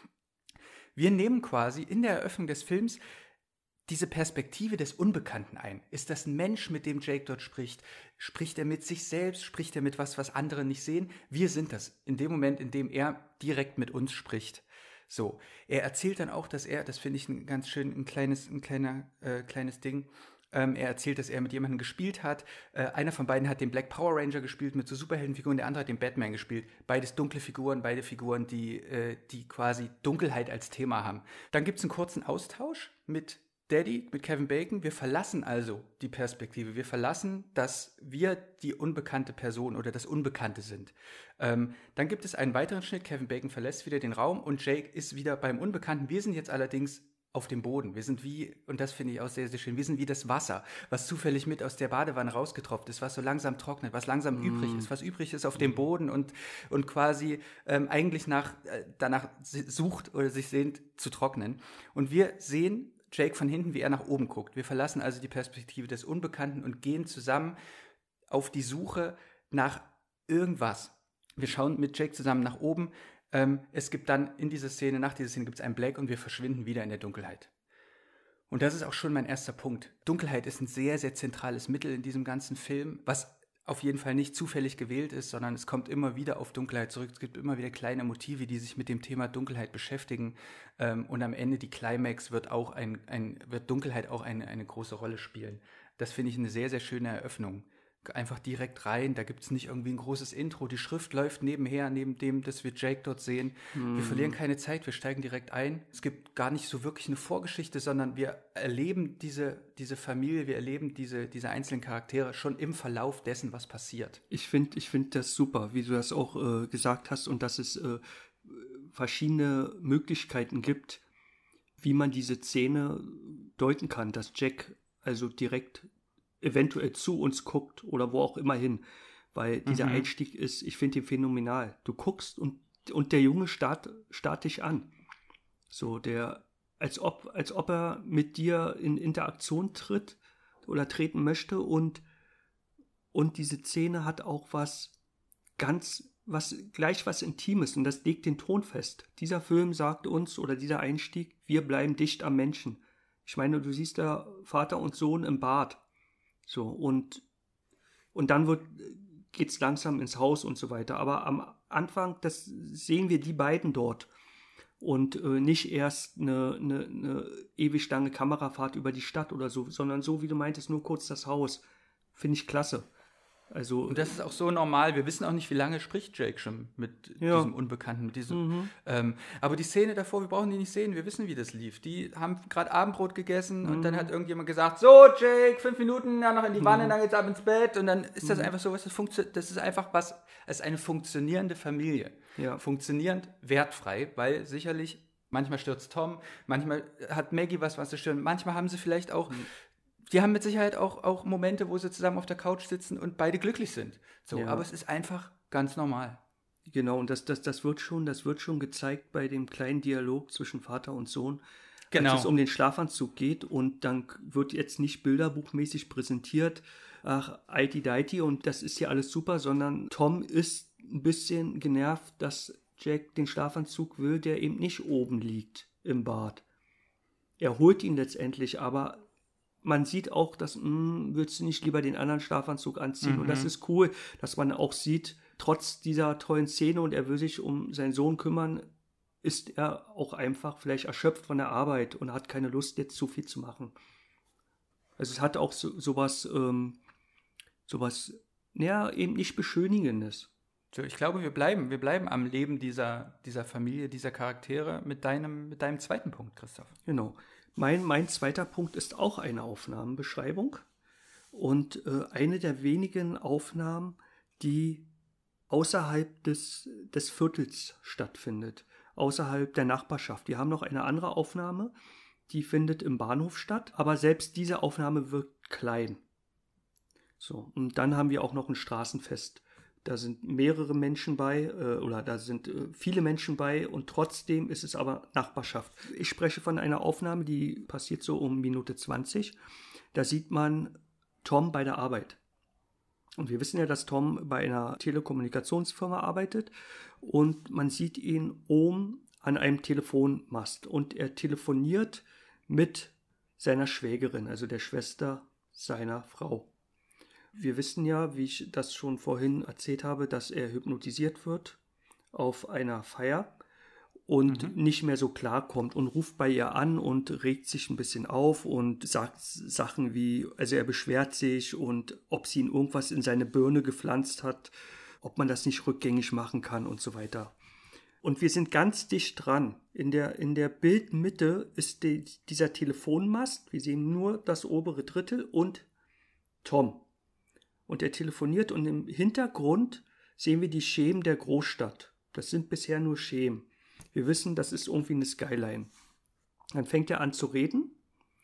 Speaker 2: Wir nehmen quasi in der Eröffnung des Films diese Perspektive des Unbekannten ein. Ist das ein Mensch, mit dem Jake dort spricht? Spricht er mit sich selbst? Spricht er mit was, was andere nicht sehen? Wir sind das in dem Moment, in dem er direkt mit uns spricht. So, er erzählt dann auch, dass er, das finde ich ein ganz schön, ein kleines, ein kleiner, äh, kleines Ding, ähm, er erzählt, dass er mit jemandem gespielt hat. Äh, einer von beiden hat den Black Power Ranger gespielt mit so Superheldenfiguren, der andere hat den Batman gespielt. Beides dunkle Figuren, beide Figuren, die, äh, die quasi Dunkelheit als Thema haben. Dann gibt es einen kurzen Austausch mit Daddy, mit Kevin Bacon. Wir verlassen also die Perspektive. Wir verlassen, dass wir die unbekannte Person oder das Unbekannte sind. Ähm, dann gibt es einen weiteren Schnitt. Kevin Bacon verlässt wieder den Raum und Jake ist wieder beim Unbekannten. Wir sind jetzt allerdings auf dem Boden. Wir sind wie, und das finde ich auch sehr, sehr schön, wir sind wie das Wasser, was zufällig mit aus der Badewanne rausgetropft ist, was so langsam trocknet, was langsam mm. übrig ist, was übrig ist auf dem Boden und, und quasi ähm, eigentlich nach, äh, danach sucht oder sich sehnt zu trocknen. Und wir sehen Jake von hinten, wie er nach oben guckt. Wir verlassen also die Perspektive des Unbekannten und gehen zusammen auf die Suche nach irgendwas. Wir schauen mit Jake zusammen nach oben. Ähm, es gibt dann in dieser Szene, nach dieser Szene gibt es einen Black und wir verschwinden wieder in der Dunkelheit. Und das ist auch schon mein erster Punkt. Dunkelheit ist ein sehr, sehr zentrales Mittel in diesem ganzen Film, was auf jeden Fall nicht zufällig gewählt ist, sondern es kommt immer wieder auf Dunkelheit zurück. Es gibt immer wieder kleine Motive, die sich mit dem Thema Dunkelheit beschäftigen. Ähm, und am Ende, die Climax, wird auch ein, ein, wird Dunkelheit auch eine, eine große Rolle spielen. Das finde ich eine sehr, sehr schöne Eröffnung. Einfach direkt rein, da gibt es nicht irgendwie ein großes Intro. Die Schrift läuft nebenher, neben dem, dass wir Jake dort sehen. Mm. Wir verlieren keine Zeit, wir steigen direkt ein. Es gibt gar nicht so wirklich eine Vorgeschichte, sondern wir erleben diese, diese Familie, wir erleben diese, diese einzelnen Charaktere schon im Verlauf dessen, was passiert.
Speaker 3: Ich finde ich find das super, wie du das auch äh, gesagt hast und dass es äh, verschiedene Möglichkeiten gibt, wie man diese Szene deuten kann, dass Jack also direkt eventuell zu uns guckt oder wo auch immer hin, weil dieser mhm. Einstieg ist, ich finde ihn phänomenal. Du guckst und, und der Junge starrt, starrt dich an. So, der, als ob, als ob er mit dir in Interaktion tritt oder treten möchte und, und diese Szene hat auch was ganz, was, gleich was Intimes und das legt den Ton fest. Dieser Film sagt uns oder dieser Einstieg, wir bleiben dicht am Menschen. Ich meine, du siehst da Vater und Sohn im Bad. So, und, und dann wird, geht's langsam ins Haus und so weiter. Aber am Anfang, das sehen wir die beiden dort. Und äh, nicht erst eine, eine, eine ewig lange Kamerafahrt über die Stadt oder so, sondern so, wie du meintest, nur kurz das Haus. Finde ich klasse. Also,
Speaker 2: und das ist auch so normal. Wir wissen auch nicht, wie lange spricht Jake schon mit ja. diesem Unbekannten, mit diesem. Mhm. Ähm, aber die Szene davor, wir brauchen die nicht sehen. Wir wissen, wie das lief. Die haben gerade Abendbrot gegessen mhm. und dann hat irgendjemand gesagt: So, Jake, fünf Minuten, dann noch in die Wanne, mhm. dann geht's ab ins Bett. Und dann ist das mhm. einfach so, was das funktioniert. Das ist einfach was. Es ist eine funktionierende Familie. Ja. Funktionierend, wertfrei, weil sicherlich manchmal stürzt Tom, manchmal hat Maggie was, was sie stört. Manchmal haben sie vielleicht auch. Mhm. Die haben mit Sicherheit auch, auch Momente, wo sie zusammen auf der Couch sitzen und beide glücklich sind. So, ja. Aber es ist einfach ganz normal.
Speaker 3: Genau, und das, das, das, wird schon, das wird schon gezeigt bei dem kleinen Dialog zwischen Vater und Sohn,
Speaker 2: genau.
Speaker 3: als es um den Schlafanzug geht. Und dann wird jetzt nicht bilderbuchmäßig präsentiert, ach, Aiti-Daiti und das ist hier alles super, sondern Tom ist ein bisschen genervt, dass Jack den Schlafanzug will, der eben nicht oben liegt im Bad. Er holt ihn letztendlich, aber man sieht auch, dass, mh, willst du nicht lieber den anderen Schlafanzug anziehen? Mhm. Und das ist cool, dass man auch sieht, trotz dieser tollen Szene und er will sich um seinen Sohn kümmern, ist er auch einfach vielleicht erschöpft von der Arbeit und hat keine Lust, jetzt zu viel zu machen. Also es hat auch so, sowas, ähm, sowas, ja, eben nicht Beschönigendes.
Speaker 2: So, ich glaube, wir bleiben, wir bleiben am Leben dieser, dieser Familie, dieser Charaktere mit deinem, mit deinem zweiten Punkt, Christoph.
Speaker 3: Genau. Mein, mein zweiter Punkt ist auch eine Aufnahmenbeschreibung und äh, eine der wenigen Aufnahmen, die außerhalb des, des Viertels stattfindet. außerhalb der Nachbarschaft. Die haben noch eine andere Aufnahme, die findet im Bahnhof statt, aber selbst diese Aufnahme wirkt klein. So, und dann haben wir auch noch ein Straßenfest. Da sind mehrere Menschen bei, äh, oder da sind äh, viele Menschen bei und trotzdem ist es aber Nachbarschaft. Ich spreche von einer Aufnahme, die passiert so um Minute zwanzig. Da sieht man Tom bei der Arbeit. Und wir wissen ja, dass Tom bei einer Telekommunikationsfirma arbeitet und man sieht ihn oben an einem Telefonmast und er telefoniert mit seiner Schwägerin, also der Schwester seiner Frau. Wir wissen ja, wie ich das schon vorhin erzählt habe, dass er hypnotisiert wird auf einer Feier und mhm. nicht mehr so klarkommt und ruft bei ihr an und regt sich ein bisschen auf und sagt Sachen wie, also er beschwert sich und ob sie ihn irgendwas in seine Birne gepflanzt hat, ob man das nicht rückgängig machen kann und so weiter. Und wir sind ganz dicht dran. In der, in der Bildmitte ist die, dieser Telefonmast, wir sehen nur das obere Drittel und Tom. Und er telefoniert und im Hintergrund sehen wir die Schemen der Großstadt. Das sind bisher nur Schemen. Wir wissen, das ist irgendwie eine Skyline. Dann fängt er an zu reden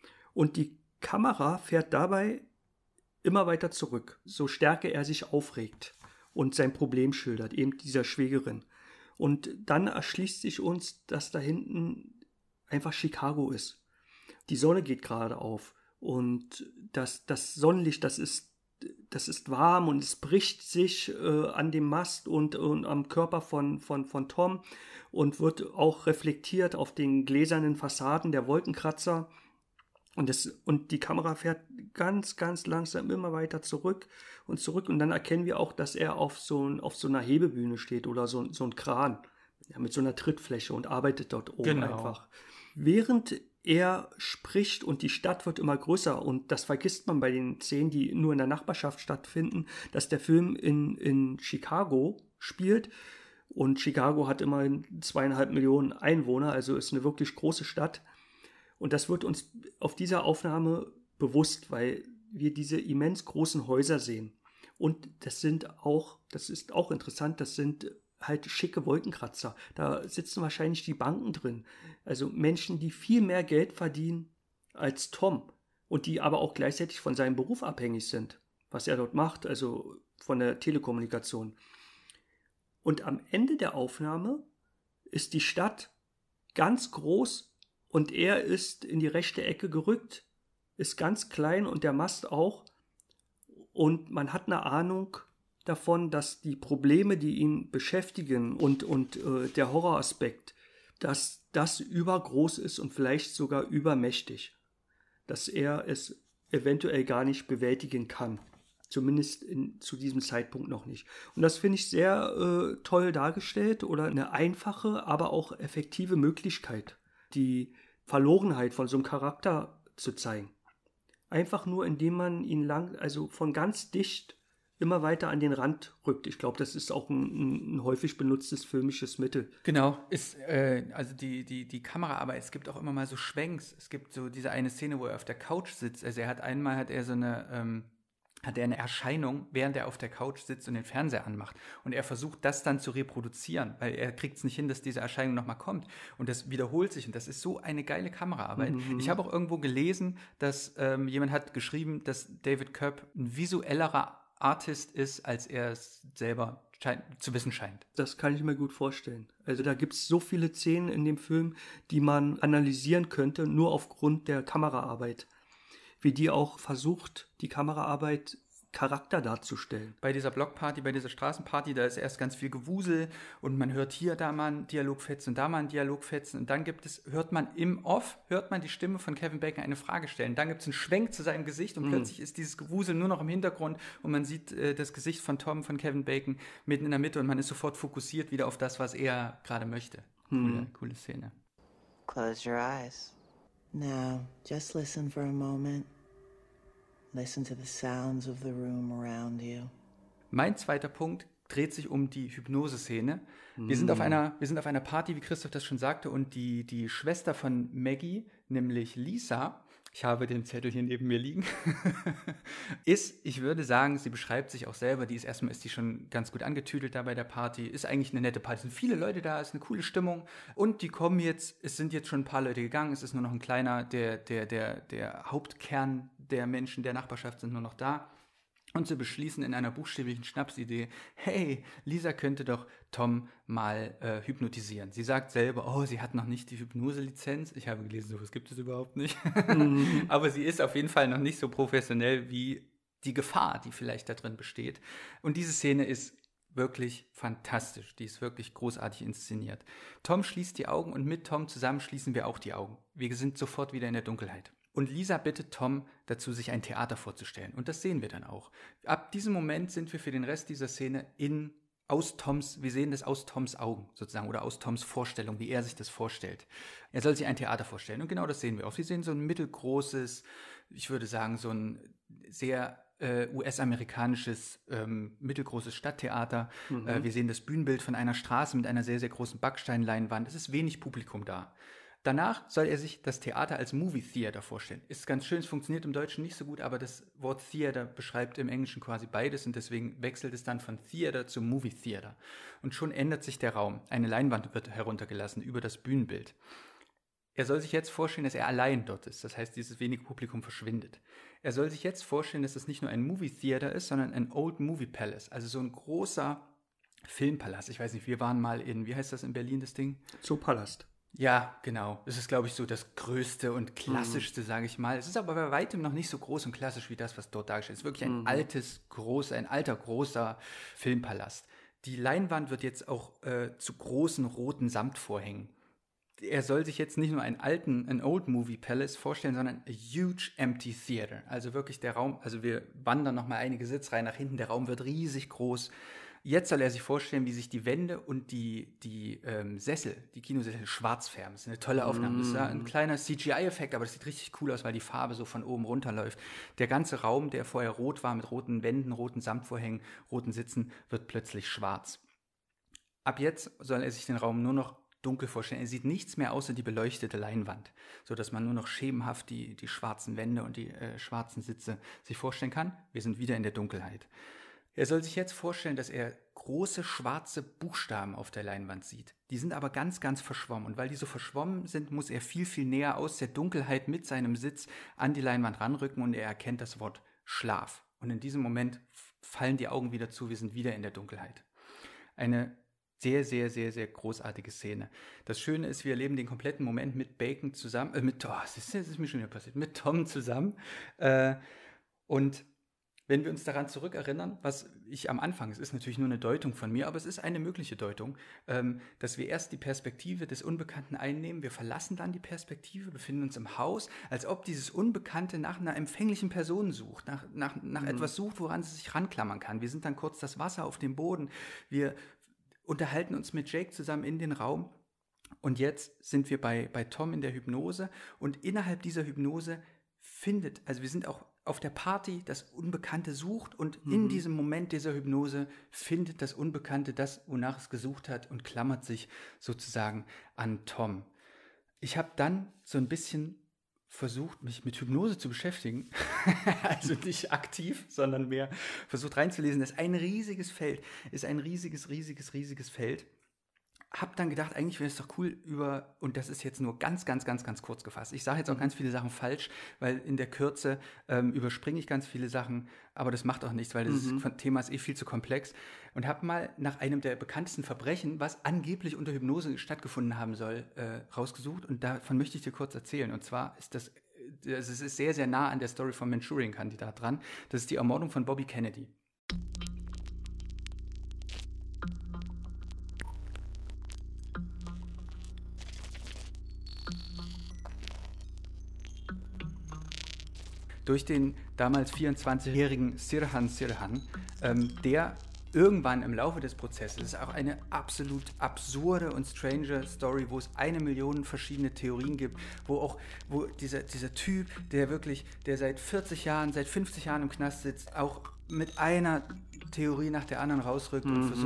Speaker 3: und die Kamera fährt dabei immer weiter zurück, so stärker er sich aufregt und sein Problem schildert, eben dieser Schwägerin. Und dann erschließt sich uns, dass da hinten einfach Chicago ist. Die Sonne geht gerade auf und das, das Sonnenlicht, das ist Das ist warm und es bricht sich äh, an dem Mast und, und am Körper von, von, von Tom und wird auch reflektiert auf den gläsernen Fassaden der Wolkenkratzer. Und, das, und die Kamera fährt ganz, ganz langsam immer weiter zurück und zurück. Und dann erkennen wir auch, dass er auf so, auf so einer Hebebühne steht oder so, so ein Kran, ja, mit so einer Trittfläche und arbeitet dort oben genau. einfach. Während er spricht und die Stadt wird immer größer und das vergisst man bei den Szenen, die nur in der Nachbarschaft stattfinden, dass der Film in, in Chicago spielt und Chicago hat immerhin zweieinhalb Millionen Einwohner, also ist eine wirklich große Stadt und das wird uns auf dieser Aufnahme bewusst, weil wir diese immens großen Häuser sehen und das sind auch, das ist auch interessant, das sind halt schicke Wolkenkratzer. Da sitzen wahrscheinlich die Banken drin. Also Menschen, die viel mehr Geld verdienen als Tom und die aber auch gleichzeitig von seinem Beruf abhängig sind, was er dort macht, also von der Telekommunikation. Und am Ende der Aufnahme ist die Stadt ganz groß und er ist in die rechte Ecke gerückt, ist ganz klein und der Mast auch. Und man hat eine Ahnung davon, dass die Probleme, die ihn beschäftigen und, und äh, der Horroraspekt, dass das übergroß ist und vielleicht sogar übermächtig, dass er es eventuell gar nicht bewältigen kann. Zumindest in, zu diesem Zeitpunkt noch nicht. Und das finde ich sehr äh, toll dargestellt oder eine einfache, aber auch effektive Möglichkeit, die Verlorenheit von so einem Charakter zu zeigen. Einfach nur, indem man ihn lang, also von ganz dicht immer weiter an den Rand rückt. Ich glaube, das ist auch ein, ein häufig benutztes filmisches Mittel.
Speaker 2: Genau, ist, äh, also die, die, die Kameraarbeit, es gibt auch immer mal so Schwenks. Es gibt so diese eine Szene, wo er auf der Couch sitzt. Also er hat einmal, hat er so eine, ähm, hat er eine Erscheinung, während er auf der Couch sitzt und den Fernseher anmacht. Und er versucht, das dann zu reproduzieren, weil er kriegt es nicht hin, dass diese Erscheinung nochmal kommt. Und das wiederholt sich. Und das ist so eine geile Kameraarbeit. Mhm. Ich habe auch irgendwo gelesen, dass ähm, jemand hat geschrieben, dass David Koepp ein visuellerer Artist ist, als er es selber scheint, zu wissen scheint.
Speaker 3: Das kann ich mir gut vorstellen. Also da gibt es so viele Szenen in dem Film, die man analysieren könnte, nur aufgrund der Kameraarbeit. Wie die auch versucht, die Kameraarbeit Charakter darzustellen.
Speaker 2: Bei dieser Blockparty, bei dieser Straßenparty, da ist erst ganz viel Gewusel und man hört hier da mal einen Dialogfetzen und da mal einen Dialogfetzen und dann gibt es, hört man im Off, hört man die Stimme von Kevin Bacon eine Frage stellen. Dann gibt es einen Schwenk zu seinem Gesicht und mm. plötzlich ist dieses Gewusel nur noch im Hintergrund und man sieht äh, das Gesicht von Tom, von Kevin Bacon mitten in der Mitte und man ist sofort fokussiert wieder auf das, was er gerade möchte. Mm. Coole, coole Szene.
Speaker 4: Close your eyes. Now, just listen for a moment. Listen to the sounds of the room around you.
Speaker 2: Mein zweiter Punkt dreht sich um die Hypnose-Szene. Mm. Wir sind auf einer, wir sind auf einer Party, wie Christoph das schon sagte, und die, die Schwester von Maggie, nämlich Lisa, Ich habe den Zettel hier neben mir liegen. Ist, ich würde sagen, sie beschreibt sich auch selber, die ist erstmal ist die schon ganz gut angetüdelt da bei der Party, ist eigentlich eine nette Party, es sind viele Leute da, ist eine coole Stimmung und die kommen jetzt, es sind jetzt schon ein paar Leute gegangen, es ist nur noch ein kleiner, der, der, der, der Hauptkern der Menschen der Nachbarschaft sind nur noch da. Und sie beschließen in einer buchstäblichen Schnapsidee, hey, Lisa könnte doch Tom mal äh, hypnotisieren. Sie sagt selber, oh, sie hat noch nicht die Hypnose-Lizenz. Ich habe gelesen, sowas gibt es überhaupt nicht. Mhm. Aber sie ist auf jeden Fall noch nicht so professionell wie die Gefahr, die vielleicht da drin besteht. Und diese Szene ist wirklich fantastisch. Die ist wirklich großartig inszeniert. Tom schließt die Augen und mit Tom zusammen schließen wir auch die Augen. Wir sind sofort wieder in der Dunkelheit. Und Lisa bittet Tom dazu, sich ein Theater vorzustellen. Und das sehen wir dann auch. Ab diesem Moment sind wir für den Rest dieser Szene in, aus Toms, wir sehen das aus Toms Augen sozusagen oder aus Toms Vorstellung, wie er sich das vorstellt. Er soll sich ein Theater vorstellen. Und genau das sehen wir auch. Wir sehen so ein mittelgroßes, ich würde sagen, so ein sehr äh, U S-amerikanisches, ähm, mittelgroßes Stadttheater. Mhm. Äh, wir sehen das Bühnenbild von einer Straße mit einer sehr, sehr großen Backsteinleinwand. Es ist wenig Publikum da. Danach soll er sich das Theater als Movie Theater vorstellen. Ist ganz schön, es funktioniert im Deutschen nicht so gut, aber das Wort Theater beschreibt im Englischen quasi beides und deswegen wechselt es dann von Theater zu Movie Theater. Und schon ändert sich der Raum. Eine Leinwand wird heruntergelassen über das Bühnenbild. Er soll sich jetzt vorstellen, dass er allein dort ist. Das heißt, dieses wenige Publikum verschwindet. Er soll sich jetzt vorstellen, dass es nicht nur ein Movie Theater ist, sondern ein Old Movie Palace. Also so ein großer Filmpalast. Ich weiß nicht, wir waren mal in, wie heißt das in Berlin, das Ding?
Speaker 3: Zoopalast.
Speaker 2: Ja, genau. Das ist, glaube ich, so das Größte und Klassischste, mhm. sage ich mal. Es ist aber bei weitem noch nicht so groß und klassisch wie das, was dort dargestellt ist. Es ist wirklich ein mhm. altes, großer, ein alter, großer Filmpalast. Die Leinwand wird jetzt auch äh, zu großen roten Samtvorhängen. Er soll sich jetzt nicht nur einen alten, ein Old Movie Palace vorstellen, sondern a huge empty theater. Also wirklich der Raum, also wir wandern nochmal einige Sitzreihen nach hinten, der Raum wird riesig groß. Jetzt soll er sich vorstellen, wie sich die Wände und die, die ähm, Sessel, die Kinosessel schwarz färben. Das ist eine tolle Aufnahme. Mm. Das ist ja ein kleiner C G I-Effekt, aber das sieht richtig cool aus, weil die Farbe so von oben runterläuft. Der ganze Raum, der vorher rot war, mit roten Wänden, roten Samtvorhängen, roten Sitzen, wird plötzlich schwarz. Ab jetzt soll er sich den Raum nur noch dunkel vorstellen. Er sieht nichts mehr außer die beleuchtete Leinwand, sodass man nur noch schemenhaft die, die schwarzen Wände und die äh, schwarzen Sitze sich vorstellen kann. Wir sind wieder in der Dunkelheit. Er soll sich jetzt vorstellen, dass er große schwarze Buchstaben auf der Leinwand sieht. Die sind aber ganz, ganz verschwommen. Und weil die so verschwommen sind, muss er viel, viel näher aus der Dunkelheit mit seinem Sitz an die Leinwand ranrücken und er erkennt das Wort Schlaf. Und in diesem Moment fallen die Augen wieder zu, wir sind wieder in der Dunkelheit. Eine sehr, sehr, sehr, sehr großartige Szene. Das Schöne ist, wir erleben den kompletten Moment mit Bacon zusammen, äh, mit, oh, das ist, das ist mir schon wieder passiert, mit Tom zusammen. Äh, und wenn wir uns daran zurückerinnern, was ich am Anfang, es ist natürlich nur eine Deutung von mir, aber es ist eine mögliche Deutung, ähm, dass wir erst die Perspektive des Unbekannten einnehmen, wir verlassen dann die Perspektive, befinden uns im Haus, als ob dieses Unbekannte nach einer empfänglichen Person sucht, nach, nach, nach mhm. etwas sucht, woran es sich ranklammern kann. Wir sind dann kurz das Wasser auf dem Boden, wir unterhalten uns mit Jake zusammen in den Raum und jetzt sind wir bei, bei Tom in der Hypnose und innerhalb dieser Hypnose findet, also wir sind auch auf der Party, das Unbekannte sucht und mhm. in diesem Moment dieser Hypnose findet das Unbekannte das, wonach es gesucht hat und klammert sich sozusagen an Tom. Ich habe dann so ein bisschen versucht, mich mit Hypnose zu beschäftigen, also nicht aktiv, sondern mehr versucht reinzulesen. Das ist ein riesiges Feld, ist ein riesiges, riesiges, riesiges Feld. Hab dann gedacht, eigentlich wäre es doch cool über, und das ist jetzt nur ganz, ganz, ganz, ganz kurz gefasst. Ich sage jetzt auch ganz viele Sachen falsch, weil in der Kürze ähm, überspringe ich ganz viele Sachen, aber das macht auch nichts, weil das mhm. ist, Thema ist eh viel zu komplex. Und habe mal nach einem der bekanntesten Verbrechen, was angeblich unter Hypnose stattgefunden haben soll, äh, rausgesucht und davon möchte ich dir kurz erzählen. Und zwar ist das, das ist sehr, sehr nah an der Story vom Manchurian-Kandidat dran. Das ist die Ermordung von Bobby Kennedy. Durch den damals vierundzwanzigjährigen Sirhan Sirhan, ähm, der irgendwann im Laufe des Prozesses, das ist auch eine absolut absurde und strange Story, wo es eine Million verschiedene Theorien gibt, wo auch, wo dieser, dieser Typ, der wirklich, der seit vierzig Jahren, seit fünfzig Jahren im Knast sitzt, auch mit einer Theorie nach der anderen rausrückt mhm. und versucht,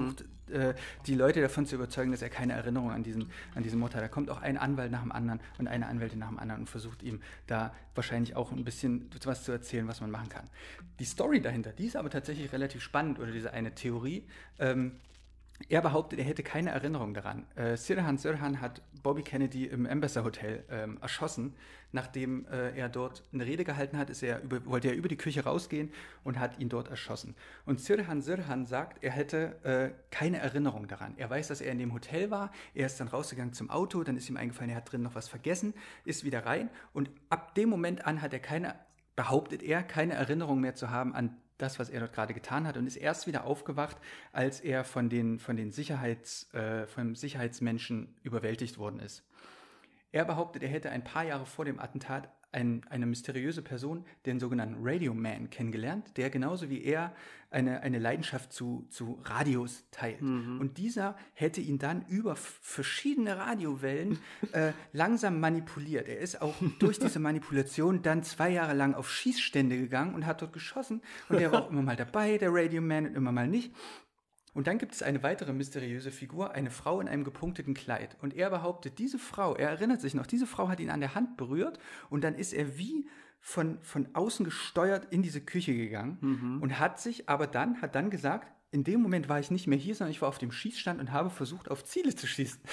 Speaker 2: äh, die Leute davon zu überzeugen, dass er keine Erinnerung an diesen, an diesen Mord hat. Da kommt auch ein Anwalt nach dem anderen und eine Anwältin nach dem anderen und versucht ihm da wahrscheinlich auch ein bisschen was zu erzählen, was man machen kann. Die Story dahinter, die ist aber tatsächlich relativ spannend, oder diese eine Theorie. Ähm, Er behauptet, er hätte keine Erinnerung daran. Äh, Sirhan Sirhan hat Bobby Kennedy im Ambassador Hotel ähm, erschossen. Nachdem äh, er dort eine Rede gehalten hat, ist er über, wollte er über die Küche rausgehen und hat ihn dort erschossen. Und Sirhan Sirhan sagt, er hätte äh, keine Erinnerung daran. Er weiß, dass er in dem Hotel war. Er ist dann rausgegangen zum Auto. Dann ist ihm eingefallen, er hat drin noch was vergessen, ist wieder rein. Und ab dem Moment an hat er keine, behauptet er, keine Erinnerung mehr zu haben an das, was er dort gerade getan hat, und ist erst wieder aufgewacht, als er von den, von den Sicherheits, äh, vom Sicherheitsmenschen überwältigt worden ist. Er behauptet, er hätte ein paar Jahre vor dem Attentat ein, eine mysteriöse Person, den sogenannten Radio Man, kennengelernt, der genauso wie er eine, eine Leidenschaft zu, zu Radios teilt. Mhm. Und dieser hätte ihn dann über f- verschiedene Radiowellen äh, langsam manipuliert. Er ist auch durch diese Manipulation dann zwei Jahre lang auf Schießstände gegangen und hat dort geschossen. Und er war auch immer mal dabei, der Radio Man, und immer mal nicht. Und dann gibt es eine weitere mysteriöse Figur, eine Frau in einem gepunkteten Kleid. Und er behauptet, diese Frau, er erinnert sich noch, diese Frau hat ihn an der Hand berührt, und dann ist er wie von, von außen gesteuert in diese Küche gegangen, mhm. und hat sich aber dann, hat dann gesagt, in dem Moment war ich nicht mehr hier, sondern ich war auf dem Schießstand und habe versucht, auf Ziele zu schießen.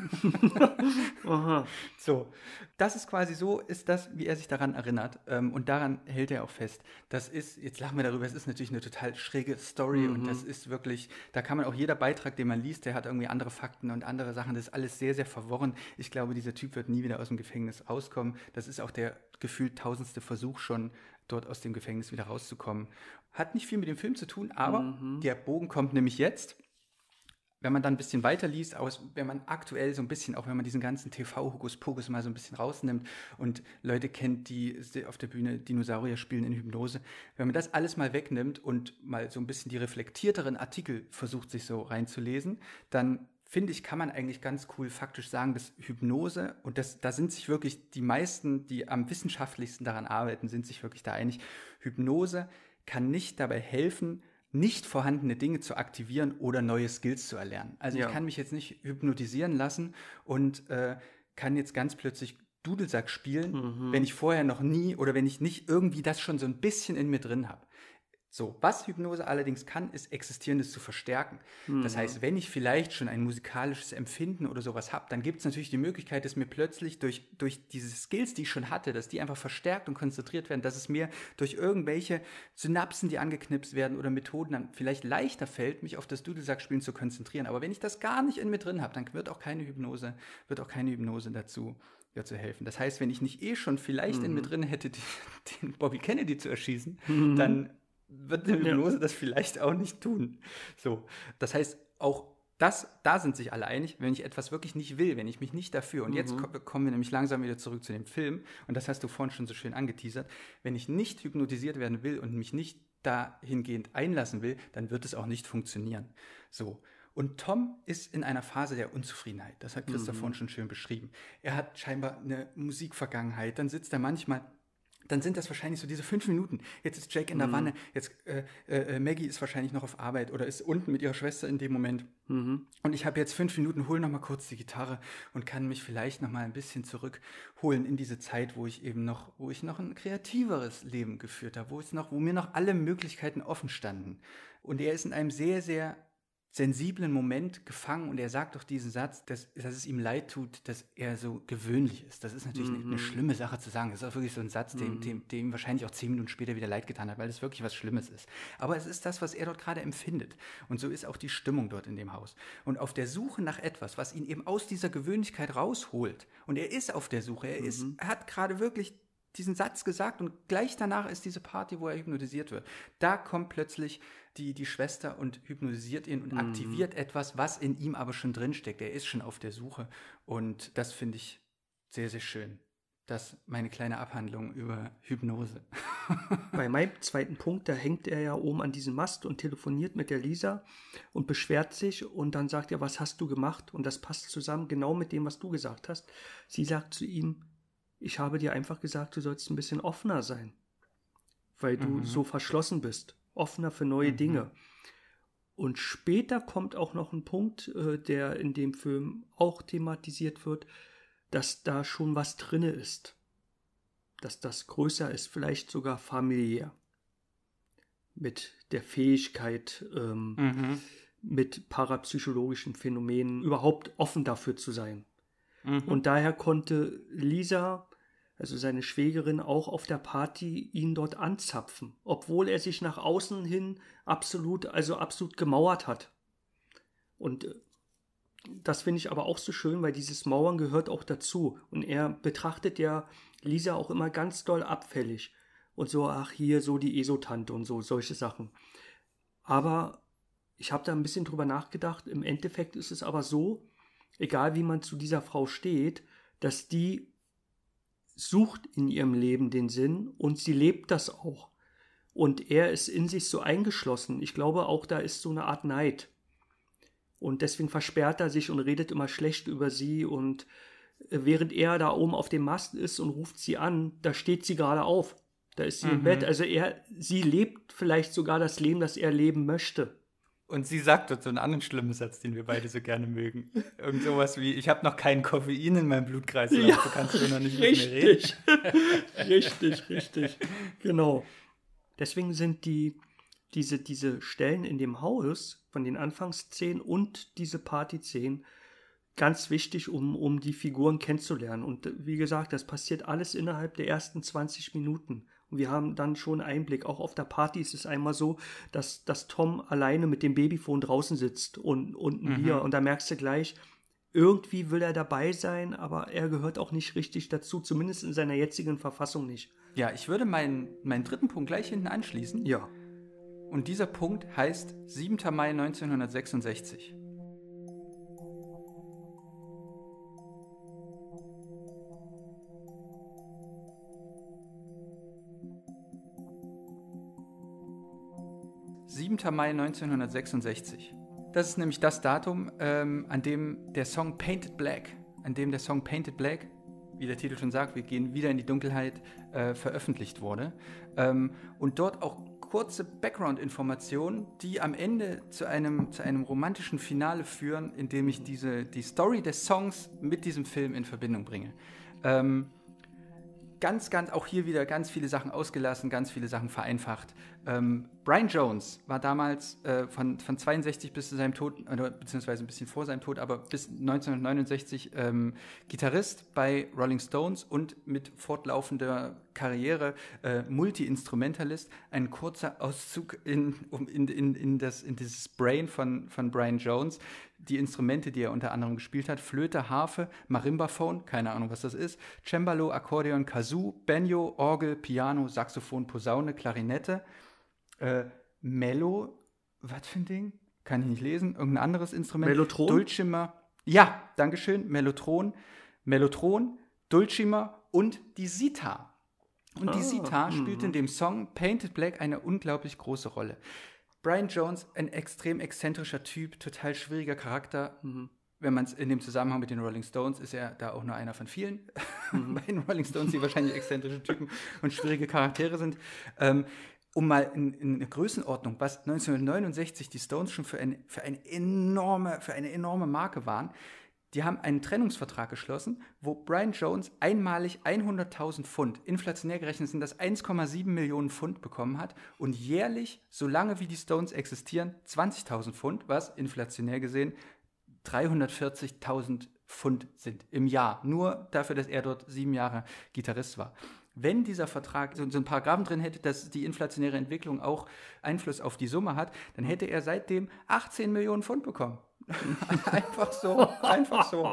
Speaker 2: Aha. So, das ist quasi so, ist das, wie er sich daran erinnert. Ähm, und daran hält er auch fest. Das ist, jetzt lachen wir darüber, es ist natürlich eine total schräge Story, mhm. und das ist wirklich, da kann man auch jeder Beitrag, den man liest, der hat irgendwie andere Fakten und andere Sachen, das ist alles sehr, sehr verworren. Ich glaube, dieser Typ wird nie wieder aus dem Gefängnis rauskommen. Das ist auch der gefühlt tausendste Versuch schon, dort aus dem Gefängnis wieder rauszukommen. Hat nicht viel mit dem Film zu tun, aber mhm. der Bogen kommt nämlich jetzt. Wenn man dann ein bisschen weiter liest, aus, wenn man aktuell so ein bisschen, auch wenn man diesen ganzen T V-Hokuspokus mal so ein bisschen rausnimmt und Leute kennt, die auf der Bühne Dinosaurier spielen in Hypnose, wenn man das alles mal wegnimmt und mal so ein bisschen die reflektierteren Artikel versucht, sich so reinzulesen, dann finde ich, kann man eigentlich ganz cool faktisch sagen, dass Hypnose, und das, da sind sich wirklich die meisten, die am wissenschaftlichsten daran arbeiten, sind sich wirklich da einig, Hypnose kann nicht dabei helfen, nicht vorhandene Dinge zu aktivieren oder neue Skills zu erlernen. Also ja. ich kann mich jetzt nicht hypnotisieren lassen und äh, kann jetzt ganz plötzlich Dudelsack spielen, mhm. wenn ich vorher noch nie oder wenn ich nicht irgendwie das schon so ein bisschen in mir drin habe. So, was Hypnose allerdings kann, ist Existierendes zu verstärken. Mhm. Das heißt, wenn ich vielleicht schon ein musikalisches Empfinden oder sowas habe, dann gibt es natürlich die Möglichkeit, dass mir plötzlich durch, durch diese Skills, die ich schon hatte, dass die einfach verstärkt und konzentriert werden, dass es mir durch irgendwelche Synapsen, die angeknipst werden oder Methoden dann vielleicht leichter fällt, mich auf das Dudelsackspielen zu konzentrieren. Aber wenn ich das gar nicht in mir drin habe, dann wird auch keine Hypnose, wird auch keine Hypnose dazu ja, zu helfen. Das heißt, wenn ich nicht eh schon vielleicht mhm. in mir drin hätte, die, den Bobby Kennedy zu erschießen, mhm. dann wird eine Hypnose ja. das vielleicht auch nicht tun. So, das heißt, auch das, da sind sich alle einig, wenn ich etwas wirklich nicht will, wenn ich mich nicht dafür, und mhm. jetzt ko- kommen wir nämlich langsam wieder zurück zu dem Film, und das hast du vorhin schon so schön angeteasert, wenn ich nicht hypnotisiert werden will und mich nicht dahingehend einlassen will, dann wird es auch nicht funktionieren. So. Und Tom ist in einer Phase der Unzufriedenheit. Das hat Christoph mhm. vorhin schon schön beschrieben. Er hat scheinbar eine Musikvergangenheit. Dann sitzt er manchmal, dann sind das wahrscheinlich so diese fünf Minuten. Jetzt ist Jake in der mhm. Wanne, jetzt äh, äh, Maggie ist wahrscheinlich noch auf Arbeit oder ist unten mit ihrer Schwester in dem Moment. Mhm. Und ich habe jetzt fünf Minuten, hole noch mal kurz die Gitarre und kann mich vielleicht noch mal ein bisschen zurückholen in diese Zeit, wo ich eben noch, wo ich noch ein kreativeres Leben geführt habe, wo es noch, wo mir noch alle Möglichkeiten offen standen. Und er ist in einem sehr, sehr sensiblen Moment gefangen, und er sagt doch diesen Satz, dass, dass es ihm leid tut, dass er so gewöhnlich ist. Das ist natürlich mhm. eine, eine schlimme Sache zu sagen. Das ist auch wirklich so ein Satz, dem, dem, dem ihm wahrscheinlich auch zehn Minuten später wieder leid getan hat, weil das wirklich was Schlimmes ist. Aber es ist das, was er dort gerade empfindet. Und so ist auch die Stimmung dort in dem Haus. Und auf der Suche nach etwas, was ihn eben aus dieser Gewöhnlichkeit rausholt. Und er ist auf der Suche. Er, ist, mhm. er hat gerade wirklich diesen Satz gesagt, und gleich danach ist diese Party, wo er hypnotisiert wird. Da kommt plötzlich die, die Schwester und hypnotisiert ihn und mhm. aktiviert etwas, was in ihm aber schon drinsteckt. Er ist schon auf der Suche, und das finde ich sehr, sehr schön. Das ist meine kleine Abhandlung über Hypnose.
Speaker 3: Bei meinem zweiten Punkt, da hängt er ja oben an diesem Mast und telefoniert mit der Lisa und beschwert sich, und dann sagt er, was hast du gemacht? Und das passt zusammen genau mit dem, was du gesagt hast. Sie sagt zu ihm, ich habe dir einfach gesagt, du sollst ein bisschen offener sein, weil du mhm. so verschlossen bist, offener für neue mhm. Dinge. Und später kommt auch noch ein Punkt, äh, der in dem Film auch thematisiert wird, dass da schon was drinne ist. Dass das größer ist, vielleicht sogar familiär. Mit der Fähigkeit, ähm,
Speaker 2: Mhm.
Speaker 3: mit parapsychologischen Phänomenen überhaupt offen dafür zu sein.
Speaker 2: Mhm.
Speaker 3: Und daher konnte Lisa, also seine Schwägerin, auch auf der Party ihn dort anzapfen, obwohl er sich nach außen hin absolut, also absolut gemauert hat. Und äh, das finde ich aber auch so schön, weil dieses Mauern gehört auch dazu. Und er betrachtet ja Lisa auch immer ganz doll abfällig. Und so, ach hier, so die Esotante und so, solche Sachen. Aber ich habe da ein bisschen drüber nachgedacht. Im Endeffekt ist es aber so, egal wie man zu dieser Frau steht, dass die sucht in ihrem Leben den Sinn und sie lebt das auch. Und er ist in sich so eingeschlossen. Ich glaube auch, da ist so eine Art Neid. Und deswegen versperrt er sich und redet immer schlecht über sie. Und während er da oben auf dem Mast ist und ruft sie an, da steht sie gerade auf. Da ist sie
Speaker 2: Mhm.
Speaker 3: im Bett. Also er, sie lebt vielleicht sogar das Leben, das er leben möchte.
Speaker 2: Und sie sagt dort so einen anderen schlimmen Satz, den wir beide so gerne mögen. Irgend sowas wie, ich habe noch kein Koffein in meinem Blutkreislauf,
Speaker 3: Ja,
Speaker 2: du kannst du noch nicht mit mir reden.
Speaker 3: Richtig, richtig, richtig. Genau. Deswegen sind die, diese, diese Stellen in dem Haus von den Anfangsszenen und diese Partyszenen ganz wichtig, um, um die Figuren kennenzulernen. Und wie gesagt, das passiert alles innerhalb der ersten zwanzig Minuten. Und wir haben dann schon Einblick. Auch auf der Party ist es einmal so, dass, dass Tom alleine mit dem Babyphone draußen sitzt und, und ein
Speaker 2: Mhm.
Speaker 3: Bier. Und da merkst du gleich, irgendwie will er dabei sein, aber er gehört auch nicht richtig dazu, zumindest in seiner jetzigen Verfassung nicht.
Speaker 2: Ja, ich würde meinen, meinen dritten Punkt gleich hinten anschließen.
Speaker 3: Ja.
Speaker 2: Und dieser Punkt heißt siebter Mai neunzehnhundertsechsundsechzig. siebter Mai neunzehnhundertsechsundsechzig. Das ist nämlich das Datum, ähm, an dem der Song Painted Black, an dem der Song Painted Black, wie der Titel schon sagt, wir gehen wieder in die Dunkelheit, äh, veröffentlicht wurde. Ähm, und dort auch kurze Background-Informationen, die am Ende zu einem, zu einem romantischen Finale führen, indem ich diese, die Story des Songs mit diesem Film in Verbindung bringe. Ähm, Ganz, ganz, auch hier wieder ganz viele Sachen ausgelassen, ganz viele Sachen vereinfacht. Ähm, Brian Jones war damals äh, von, von zweiundsechzig bis zu seinem Tod, oder beziehungsweise ein bisschen vor seinem Tod, aber bis neunzehnhundertneunundsechzig ähm, Gitarrist bei Rolling Stones und mit fortlaufender Karriere äh, Multi-Instrumentalist. Ein kurzer Auszug in, um, in, in, in, das, in dieses Brain von, von Brian Jones. Die Instrumente, die er unter anderem gespielt hat: Flöte, Harfe, Marimbaphon, keine Ahnung, was das ist, Cembalo, Akkordeon, Kazoo, Banjo, Orgel, Piano, Saxophon, Posaune, Klarinette, äh, Mello, was für ein Ding? Kann ich nicht lesen. Irgendein anderes Instrument.
Speaker 3: Mellotron?
Speaker 2: Dulcimer. Ja, dankeschön. Mellotron, Mellotron, Dulcimer und die Sitar. Und die
Speaker 3: Ah,
Speaker 2: Sitar spielt
Speaker 3: mhm.
Speaker 2: in dem Song Painted Black eine unglaublich große Rolle. Brian Jones, ein extrem exzentrischer Typ, total schwieriger Charakter.
Speaker 3: Mhm.
Speaker 2: Wenn man es in dem Zusammenhang mit den Rolling Stones, ist er da auch nur einer von vielen.
Speaker 3: Mhm.
Speaker 2: Bei den Rolling Stones, die wahrscheinlich exzentrische Typen und schwierige Charaktere sind. Ähm, um mal in, in eine Größenordnung, was neunzehnhundertneunundsechzig die Stones schon für eine, für eine enorme, für eine enorme Marke waren. Die haben einen Trennungsvertrag geschlossen, wo Brian Jones einmalig hunderttausend Pfund, inflationär gerechnet sind das eins Komma sieben Millionen Pfund, bekommen hat und jährlich, solange wie die Stones existieren, zwanzigtausend Pfund, was inflationär gesehen dreihundertvierzigtausend Pfund sind im Jahr. Nur dafür, dass er dort sieben Jahre Gitarrist war. Wenn dieser Vertrag so, so einen Paragraphen drin hätte, dass die inflationäre Entwicklung auch Einfluss auf die Summe hat, dann hätte er seitdem achtzehn Millionen Pfund bekommen. Einfach so, einfach so.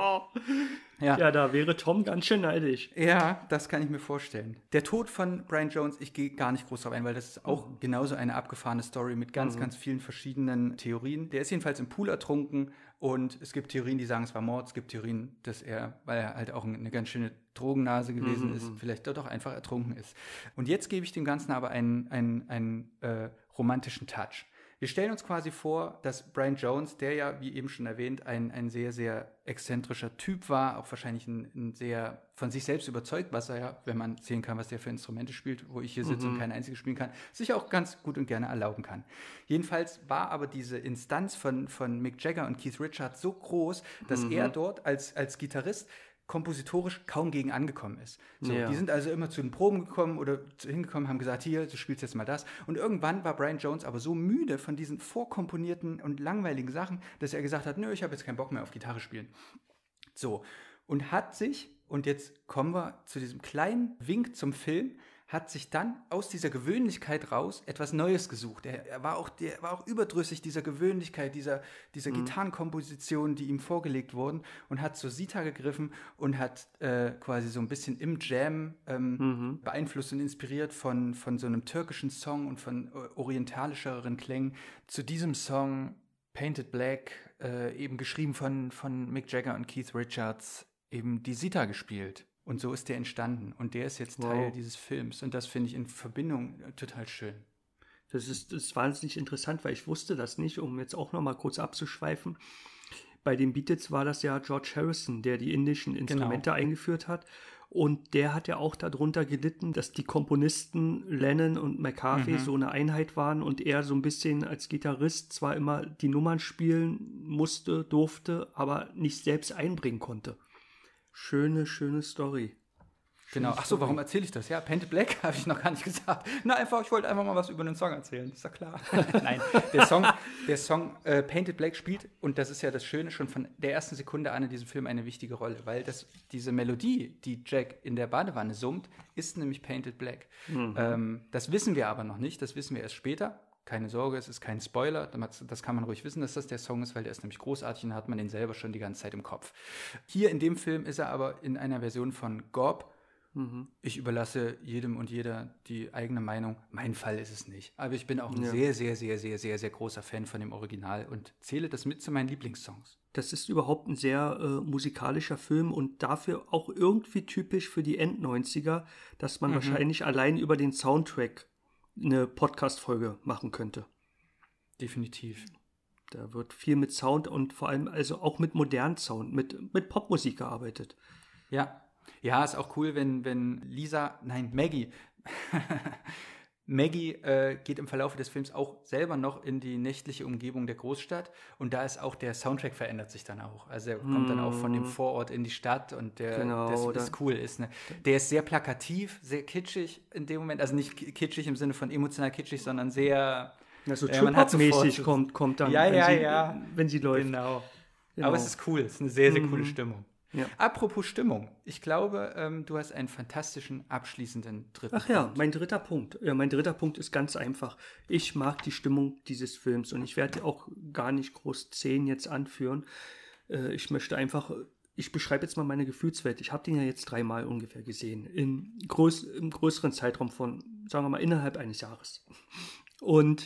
Speaker 2: Ja.
Speaker 3: Ja, da wäre Tom ganz schön neidisch.
Speaker 2: Ja, das kann ich mir vorstellen. Der Tod von Brian Jones, ich gehe gar nicht groß drauf ein, weil das ist auch mhm. genauso eine abgefahrene Story mit ganz, mhm. ganz vielen verschiedenen Theorien. Der ist jedenfalls im Pool ertrunken und es gibt Theorien, die sagen, es war Mord. Es gibt Theorien, dass er, weil er halt auch eine ganz schöne Drogennase gewesen mhm. ist, vielleicht dort auch einfach ertrunken ist. Und jetzt gebe ich dem Ganzen aber einen, einen, einen äh, romantischen Touch. Wir stellen uns quasi vor, dass Brian Jones, der ja, wie eben schon erwähnt, ein, ein sehr, sehr exzentrischer Typ war, auch wahrscheinlich ein, ein sehr von sich selbst überzeugt, was er ja, wenn man sehen kann, was der für Instrumente spielt, wo ich hier sitze mhm. und kein einziges spielen kann, sich auch ganz gut und gerne erlauben kann. Jedenfalls war aber diese Instanz von, von Mick Jagger und Keith Richards so groß, dass mhm. er dort als, als Gitarrist kompositorisch kaum gegen angekommen ist. So, ja. Die sind also immer zu den Proben gekommen oder hingekommen, haben gesagt, hier, du spielst jetzt mal das. Und irgendwann war Brian Jones aber so müde von diesen vorkomponierten und langweiligen Sachen, dass er gesagt hat, nö, ich habe jetzt keinen Bock mehr auf Gitarre spielen. So, und hat sich, und jetzt kommen wir zu diesem kleinen Wink zum Film, hat sich dann aus dieser Gewöhnlichkeit raus etwas Neues gesucht. Er, er, war, auch, der war auch überdrüssig dieser Gewöhnlichkeit, dieser, dieser mhm. Gitarrenkompositionen, die ihm vorgelegt wurden, und hat zur Sita gegriffen und hat äh, quasi so ein bisschen im Jam ähm, mhm. beeinflusst und inspiriert von, von so einem türkischen Song und von orientalischeren Klängen zu diesem Song Painted Black, äh, eben geschrieben von, von Mick Jagger und Keith Richards, eben die Sita gespielt. Und so ist der entstanden. Und der ist jetzt wow. Teil dieses Films. Und das finde ich in Verbindung total schön.
Speaker 3: Das ist, das ist wahnsinnig interessant, weil ich wusste das nicht, um jetzt auch noch mal kurz abzuschweifen. Bei den Beatles war das ja George Harrison, der die indischen Instrumente genau. eingeführt hat. Und der hat ja auch darunter gelitten, dass die Komponisten Lennon und McCartney mhm. so eine Einheit waren und er so ein bisschen als Gitarrist zwar immer die Nummern spielen musste, durfte, aber nicht selbst einbringen konnte. Schöne, schöne Story.
Speaker 2: Schöne genau, ach so, warum erzähle ich das? Ja, Painted Black habe ich noch gar nicht gesagt. Na, einfach, ich wollte einfach mal was über den Song erzählen, ist ja klar. Nein, der Song, der Song äh, Painted Black spielt, und das ist ja das Schöne, schon von der ersten Sekunde an in diesem Film eine wichtige Rolle, weil das, diese Melodie, die Jack in der Badewanne summt, ist nämlich Painted Black. Mhm. Ähm, das wissen wir aber noch nicht, das wissen wir erst später. Keine Sorge, es ist kein Spoiler, das kann man ruhig wissen, dass das der Song ist, weil der ist nämlich großartig und dann hat man den selber schon die ganze Zeit im Kopf. Hier in dem Film ist er aber in einer Version von Gorb. Mhm. Ich überlasse jedem und jeder die eigene Meinung. Mein Fall ist es nicht. Aber ich bin auch ein ja. sehr, sehr, sehr, sehr, sehr, sehr großer Fan von dem Original und zähle das mit zu meinen Lieblingssongs.
Speaker 3: Das ist überhaupt ein sehr äh, musikalischer Film und dafür auch irgendwie typisch für die Endneunziger, dass man mhm. wahrscheinlich allein über den Soundtrack eine Podcast-Folge machen könnte.
Speaker 2: Definitiv.
Speaker 3: Da wird viel mit Sound und vor allem also auch mit modernen Sound, mit, mit Popmusik gearbeitet.
Speaker 2: Ja, ja, ist auch cool, wenn, wenn Lisa, nein, Maggie, Maggie äh, geht im Verlauf des Films auch selber noch in die nächtliche Umgebung der Großstadt und da ist auch der Soundtrack verändert sich dann auch. Also er kommt mm. dann auch von dem Vorort in die Stadt und der
Speaker 3: genau,
Speaker 2: das ist cool ist. Ne? Der ist sehr plakativ, sehr kitschig in dem Moment, also nicht kitschig im Sinne von emotional kitschig, sondern sehr
Speaker 3: ja, so äh, man hat mäßig kommt, kommt dann,
Speaker 2: ja,
Speaker 3: wenn,
Speaker 2: ja,
Speaker 3: sie,
Speaker 2: ja.
Speaker 3: wenn sie läuft.
Speaker 2: Genau. genau. Aber es ist cool, es ist eine sehr, sehr coole
Speaker 3: mm.
Speaker 2: Stimmung.
Speaker 3: Ja.
Speaker 2: Apropos Stimmung, ich glaube, ähm, du hast einen fantastischen abschließenden dritten
Speaker 3: Ach ja, Punkt. mein dritter Punkt. Ja, mein dritter Punkt ist ganz einfach. Ich mag die Stimmung dieses Films und ich werde auch gar nicht groß zehn jetzt anführen. Äh, ich möchte einfach, ich beschreibe jetzt mal meine Gefühlswelt. Ich habe den ja jetzt dreimal ungefähr gesehen, in groß, im größeren Zeitraum von, sagen wir mal, innerhalb eines Jahres. Und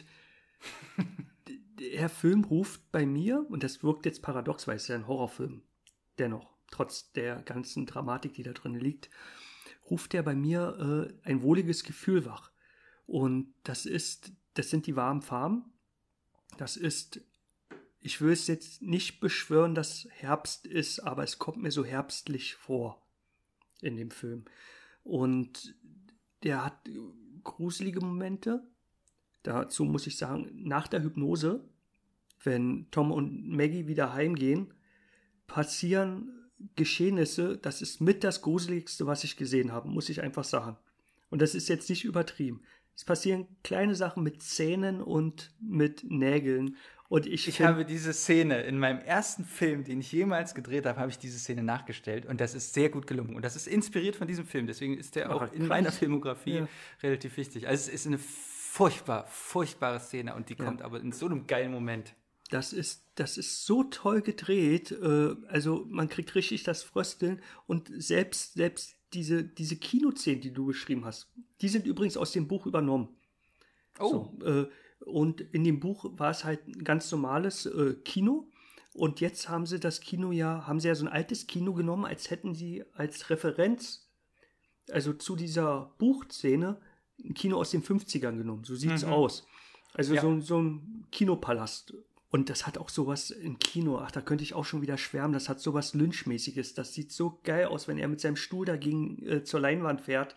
Speaker 3: der Film ruft bei mir, und das wirkt jetzt paradox, weil es ja ein Horrorfilm dennoch, trotz der ganzen Dramatik, die da drin liegt, ruft er bei mir äh, ein wohliges Gefühl wach. Und das ist, das sind die warmen Farben. Das ist, ich will es jetzt nicht beschwören, dass Herbst ist, aber es kommt mir so herbstlich vor in dem Film. Und der hat gruselige Momente. Dazu muss ich sagen, nach der Hypnose, wenn Tom und Maggie wieder heimgehen, passieren Geschehnisse, das ist mit das Gruseligste, was ich gesehen habe, muss ich einfach sagen. Und das ist jetzt nicht übertrieben. Es passieren kleine Sachen mit Zähnen und mit Nägeln. Und ich
Speaker 2: ich habe diese Szene in meinem ersten Film, den ich jemals gedreht habe, habe ich diese Szene nachgestellt und das ist sehr gut gelungen. Und das ist inspiriert von diesem Film, deswegen ist der auch Ach, in meiner Filmografie ja. relativ wichtig. Also es ist eine furchtbar, furchtbare Szene und die ja. kommt aber in so einem geilen Moment.
Speaker 3: Das ist, das ist so toll gedreht, äh, also man kriegt richtig das Frösteln und selbst, selbst diese, diese Kinoszenen, die du beschrieben hast, die sind übrigens aus dem Buch übernommen.
Speaker 2: Oh.
Speaker 3: So, äh, und in dem Buch war es halt ein ganz normales äh, Kino und jetzt haben sie das Kino ja, haben sie ja so ein altes Kino genommen, als hätten sie als Referenz, also zu dieser Buchszene, ein Kino aus den fünfzigern genommen, so sieht's mhm. aus. Also
Speaker 2: Ja.
Speaker 3: so, so ein Kinopalast. Und das hat auch sowas im Kino. Ach, da könnte ich auch schon wieder schwärmen. Das hat sowas Lynchmäßiges. Das sieht so geil aus, wenn er mit seinem Stuhl dagegen äh, zur Leinwand fährt.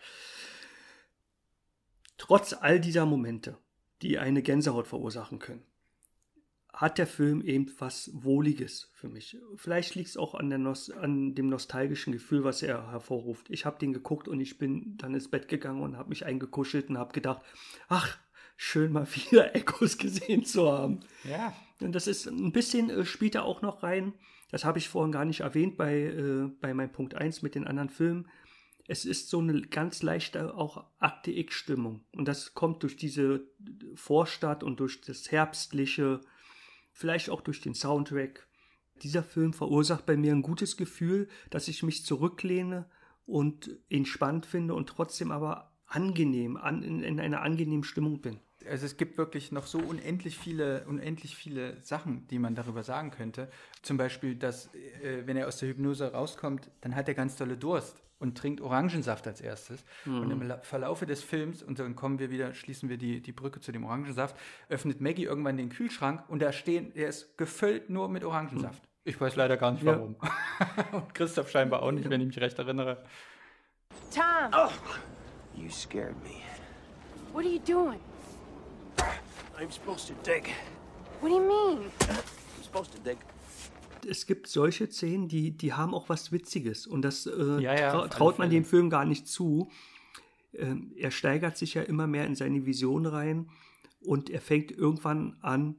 Speaker 3: Trotz all dieser Momente, die eine Gänsehaut verursachen können, hat der Film eben was Wohliges für mich. Vielleicht liegt es auch an, der Nos- an dem nostalgischen Gefühl, was er hervorruft. Ich habe den geguckt und ich bin dann ins Bett gegangen und habe mich eingekuschelt und habe gedacht, ach, schön mal wieder Echos gesehen zu haben.
Speaker 2: Ja.
Speaker 3: Und das ist ein bisschen, äh, spielt da auch noch rein, das habe ich vorhin gar nicht erwähnt bei, äh, bei meinem Punkt eins mit den anderen Filmen. Es ist so eine ganz leichte auch Akte X-Stimmung. Und das kommt durch diese Vorstadt und durch das Herbstliche, vielleicht auch durch den Soundtrack. Dieser Film verursacht bei mir ein gutes Gefühl, dass ich mich zurücklehne und entspannt finde und trotzdem aber angenehm, an, in, in einer angenehmen Stimmung bin.
Speaker 2: Also es gibt wirklich noch so unendlich viele, unendlich viele Sachen, die man darüber sagen könnte. Zum Beispiel, dass, äh, wenn er aus der Hypnose rauskommt, dann hat er ganz dolle Durst und trinkt Orangensaft als erstes. Mhm. Und im La- Verlaufe des Films, und dann kommen wir wieder, schließen wir die, die Brücke zu dem Orangensaft, öffnet Maggie irgendwann den Kühlschrank und da stehen, der ist gefüllt nur mit Orangensaft. Mhm. Ich weiß leider gar nicht, warum. Ja. Und Christoph scheinbar auch nicht, wenn ich mich recht erinnere.
Speaker 5: Tom!
Speaker 6: Oh, you scared me.
Speaker 5: What are you doing?
Speaker 6: I'm supposed to dig.
Speaker 5: What do you mean?
Speaker 6: I'm supposed to dig.
Speaker 3: Es gibt solche Szenen, die, die haben auch was Witziges. Und das äh,
Speaker 2: ja, ja,
Speaker 3: tra- traut man dem Film gar nicht zu. Ähm, er steigert sich ja immer mehr in seine Vision rein und er fängt irgendwann an,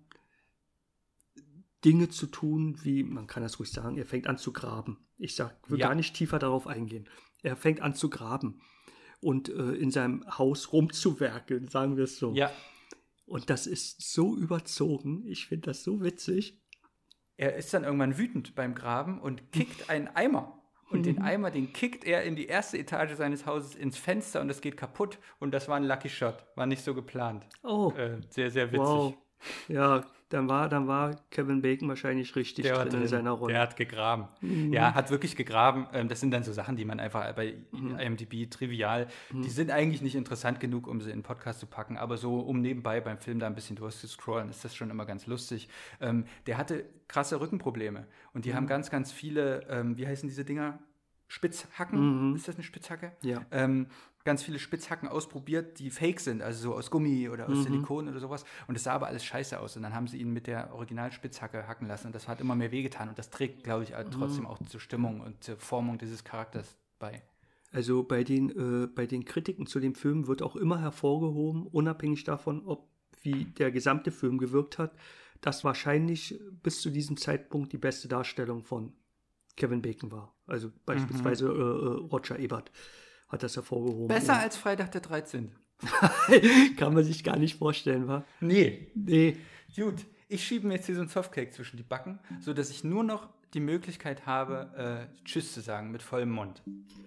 Speaker 3: Dinge zu tun, wie, man kann das ruhig sagen, er fängt an zu graben. Ich sag, will
Speaker 2: ja.
Speaker 3: gar nicht tiefer darauf eingehen. Er fängt an zu graben und äh, in seinem Haus rumzuwerkeln, sagen wir es so.
Speaker 2: Ja.
Speaker 3: Und das ist so überzogen. Ich finde das so witzig.
Speaker 2: Er ist dann irgendwann wütend beim Graben und kickt einen Eimer. Und den Eimer, den kickt er in die erste Etage seines Hauses ins Fenster und das geht kaputt. Und das war ein Lucky Shot. War nicht so geplant.
Speaker 3: Oh.
Speaker 2: Äh, sehr, sehr witzig.
Speaker 3: Wow. Ja, dann war, dann war Kevin Bacon wahrscheinlich richtig
Speaker 2: Der
Speaker 3: drin, drin in seiner Rolle.
Speaker 2: Der hat gegraben. Mhm. Ja, hat wirklich gegraben. Das sind dann so Sachen, die man einfach bei mhm. I M D B trivial, mhm. die sind eigentlich nicht interessant genug, um sie in einen Podcast zu packen, aber so, um nebenbei beim Film da ein bisschen durchzuscrollen, ist das schon immer ganz lustig. Ähm, der hatte krasse Rückenprobleme und die mhm. haben ganz, ganz viele, ähm, wie heißen diese Dinger? Spitzhacken? Mhm. Ist das eine Spitzhacke?
Speaker 3: Ja.
Speaker 2: Ähm, ganz viele Spitzhacken ausprobiert, die fake sind, also so aus Gummi oder aus mhm. Silikon oder sowas. Und es sah aber alles scheiße aus. Und dann haben sie ihn mit der Original-Spitzhacke hacken lassen. Und das hat immer mehr wehgetan. Und das trägt, glaube ich, trotzdem auch zur Stimmung und zur Formung dieses Charakters bei.
Speaker 3: Also bei den, äh, bei den Kritiken zu dem Film wird auch immer hervorgehoben, unabhängig davon, ob wie der gesamte Film gewirkt hat, dass wahrscheinlich bis zu diesem Zeitpunkt die beste Darstellung von Kevin Bacon war. Also beispielsweise mhm. äh, Roger Ebert hat das hervorgehoben.
Speaker 2: Besser als Freitag der dreizehnte
Speaker 3: Kann man sich gar nicht vorstellen, wa?
Speaker 2: Nee.
Speaker 3: Nee.
Speaker 2: Gut, ich schiebe mir jetzt hier so einen Softcake zwischen die Backen, sodass ich nur noch die Möglichkeit habe, äh, Tschüss zu sagen mit vollem Mund.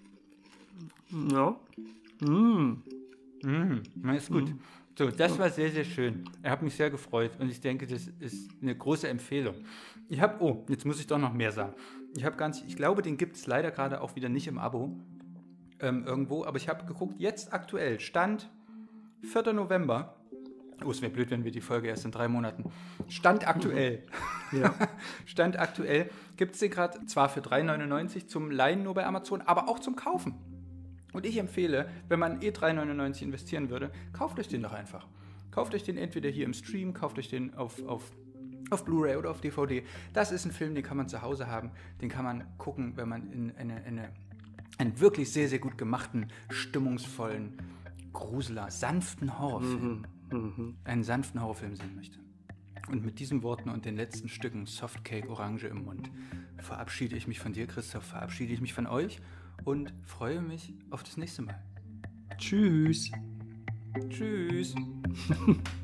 Speaker 3: Ja. Mm.
Speaker 2: Mm, ist gut. Mm. So, das war sehr, sehr schön. Er hat mich sehr gefreut und ich denke, das ist eine große Empfehlung. Ich habe, oh, jetzt muss ich doch noch mehr sagen. Ich habe ganz, ich glaube, den gibt es leider gerade auch wieder nicht im Abo ähm, irgendwo, aber ich habe geguckt, jetzt aktuell, Stand vierter November. Oh, es wäre blöd, wenn wir die Folge erst in drei Monaten. Stand aktuell.
Speaker 3: Ja.
Speaker 2: Stand aktuell gibt es den gerade zwar für drei neunundneunzig zum Leihen nur bei Amazon, aber auch zum Kaufen. Und ich empfehle, wenn man eh drei neunundneunzig investieren würde, kauft euch den doch einfach. Kauft euch den entweder hier im Stream, kauft euch den auf, auf, auf Blu-ray oder auf D V D. Das ist ein Film, den kann man zu Hause haben. Den kann man gucken, wenn man in eine, eine, einen wirklich sehr, sehr gut gemachten, stimmungsvollen, Gruseler, sanften Horrorfilm, mhm. Mhm. einen sanften Horrorfilm sehen möchte. Und mit diesen Worten und den letzten Stücken Softcake Orange im Mund verabschiede ich mich von dir, Christoph, verabschiede ich mich von euch und freue mich auf das nächste Mal.
Speaker 3: Tschüss.
Speaker 2: Tschüss.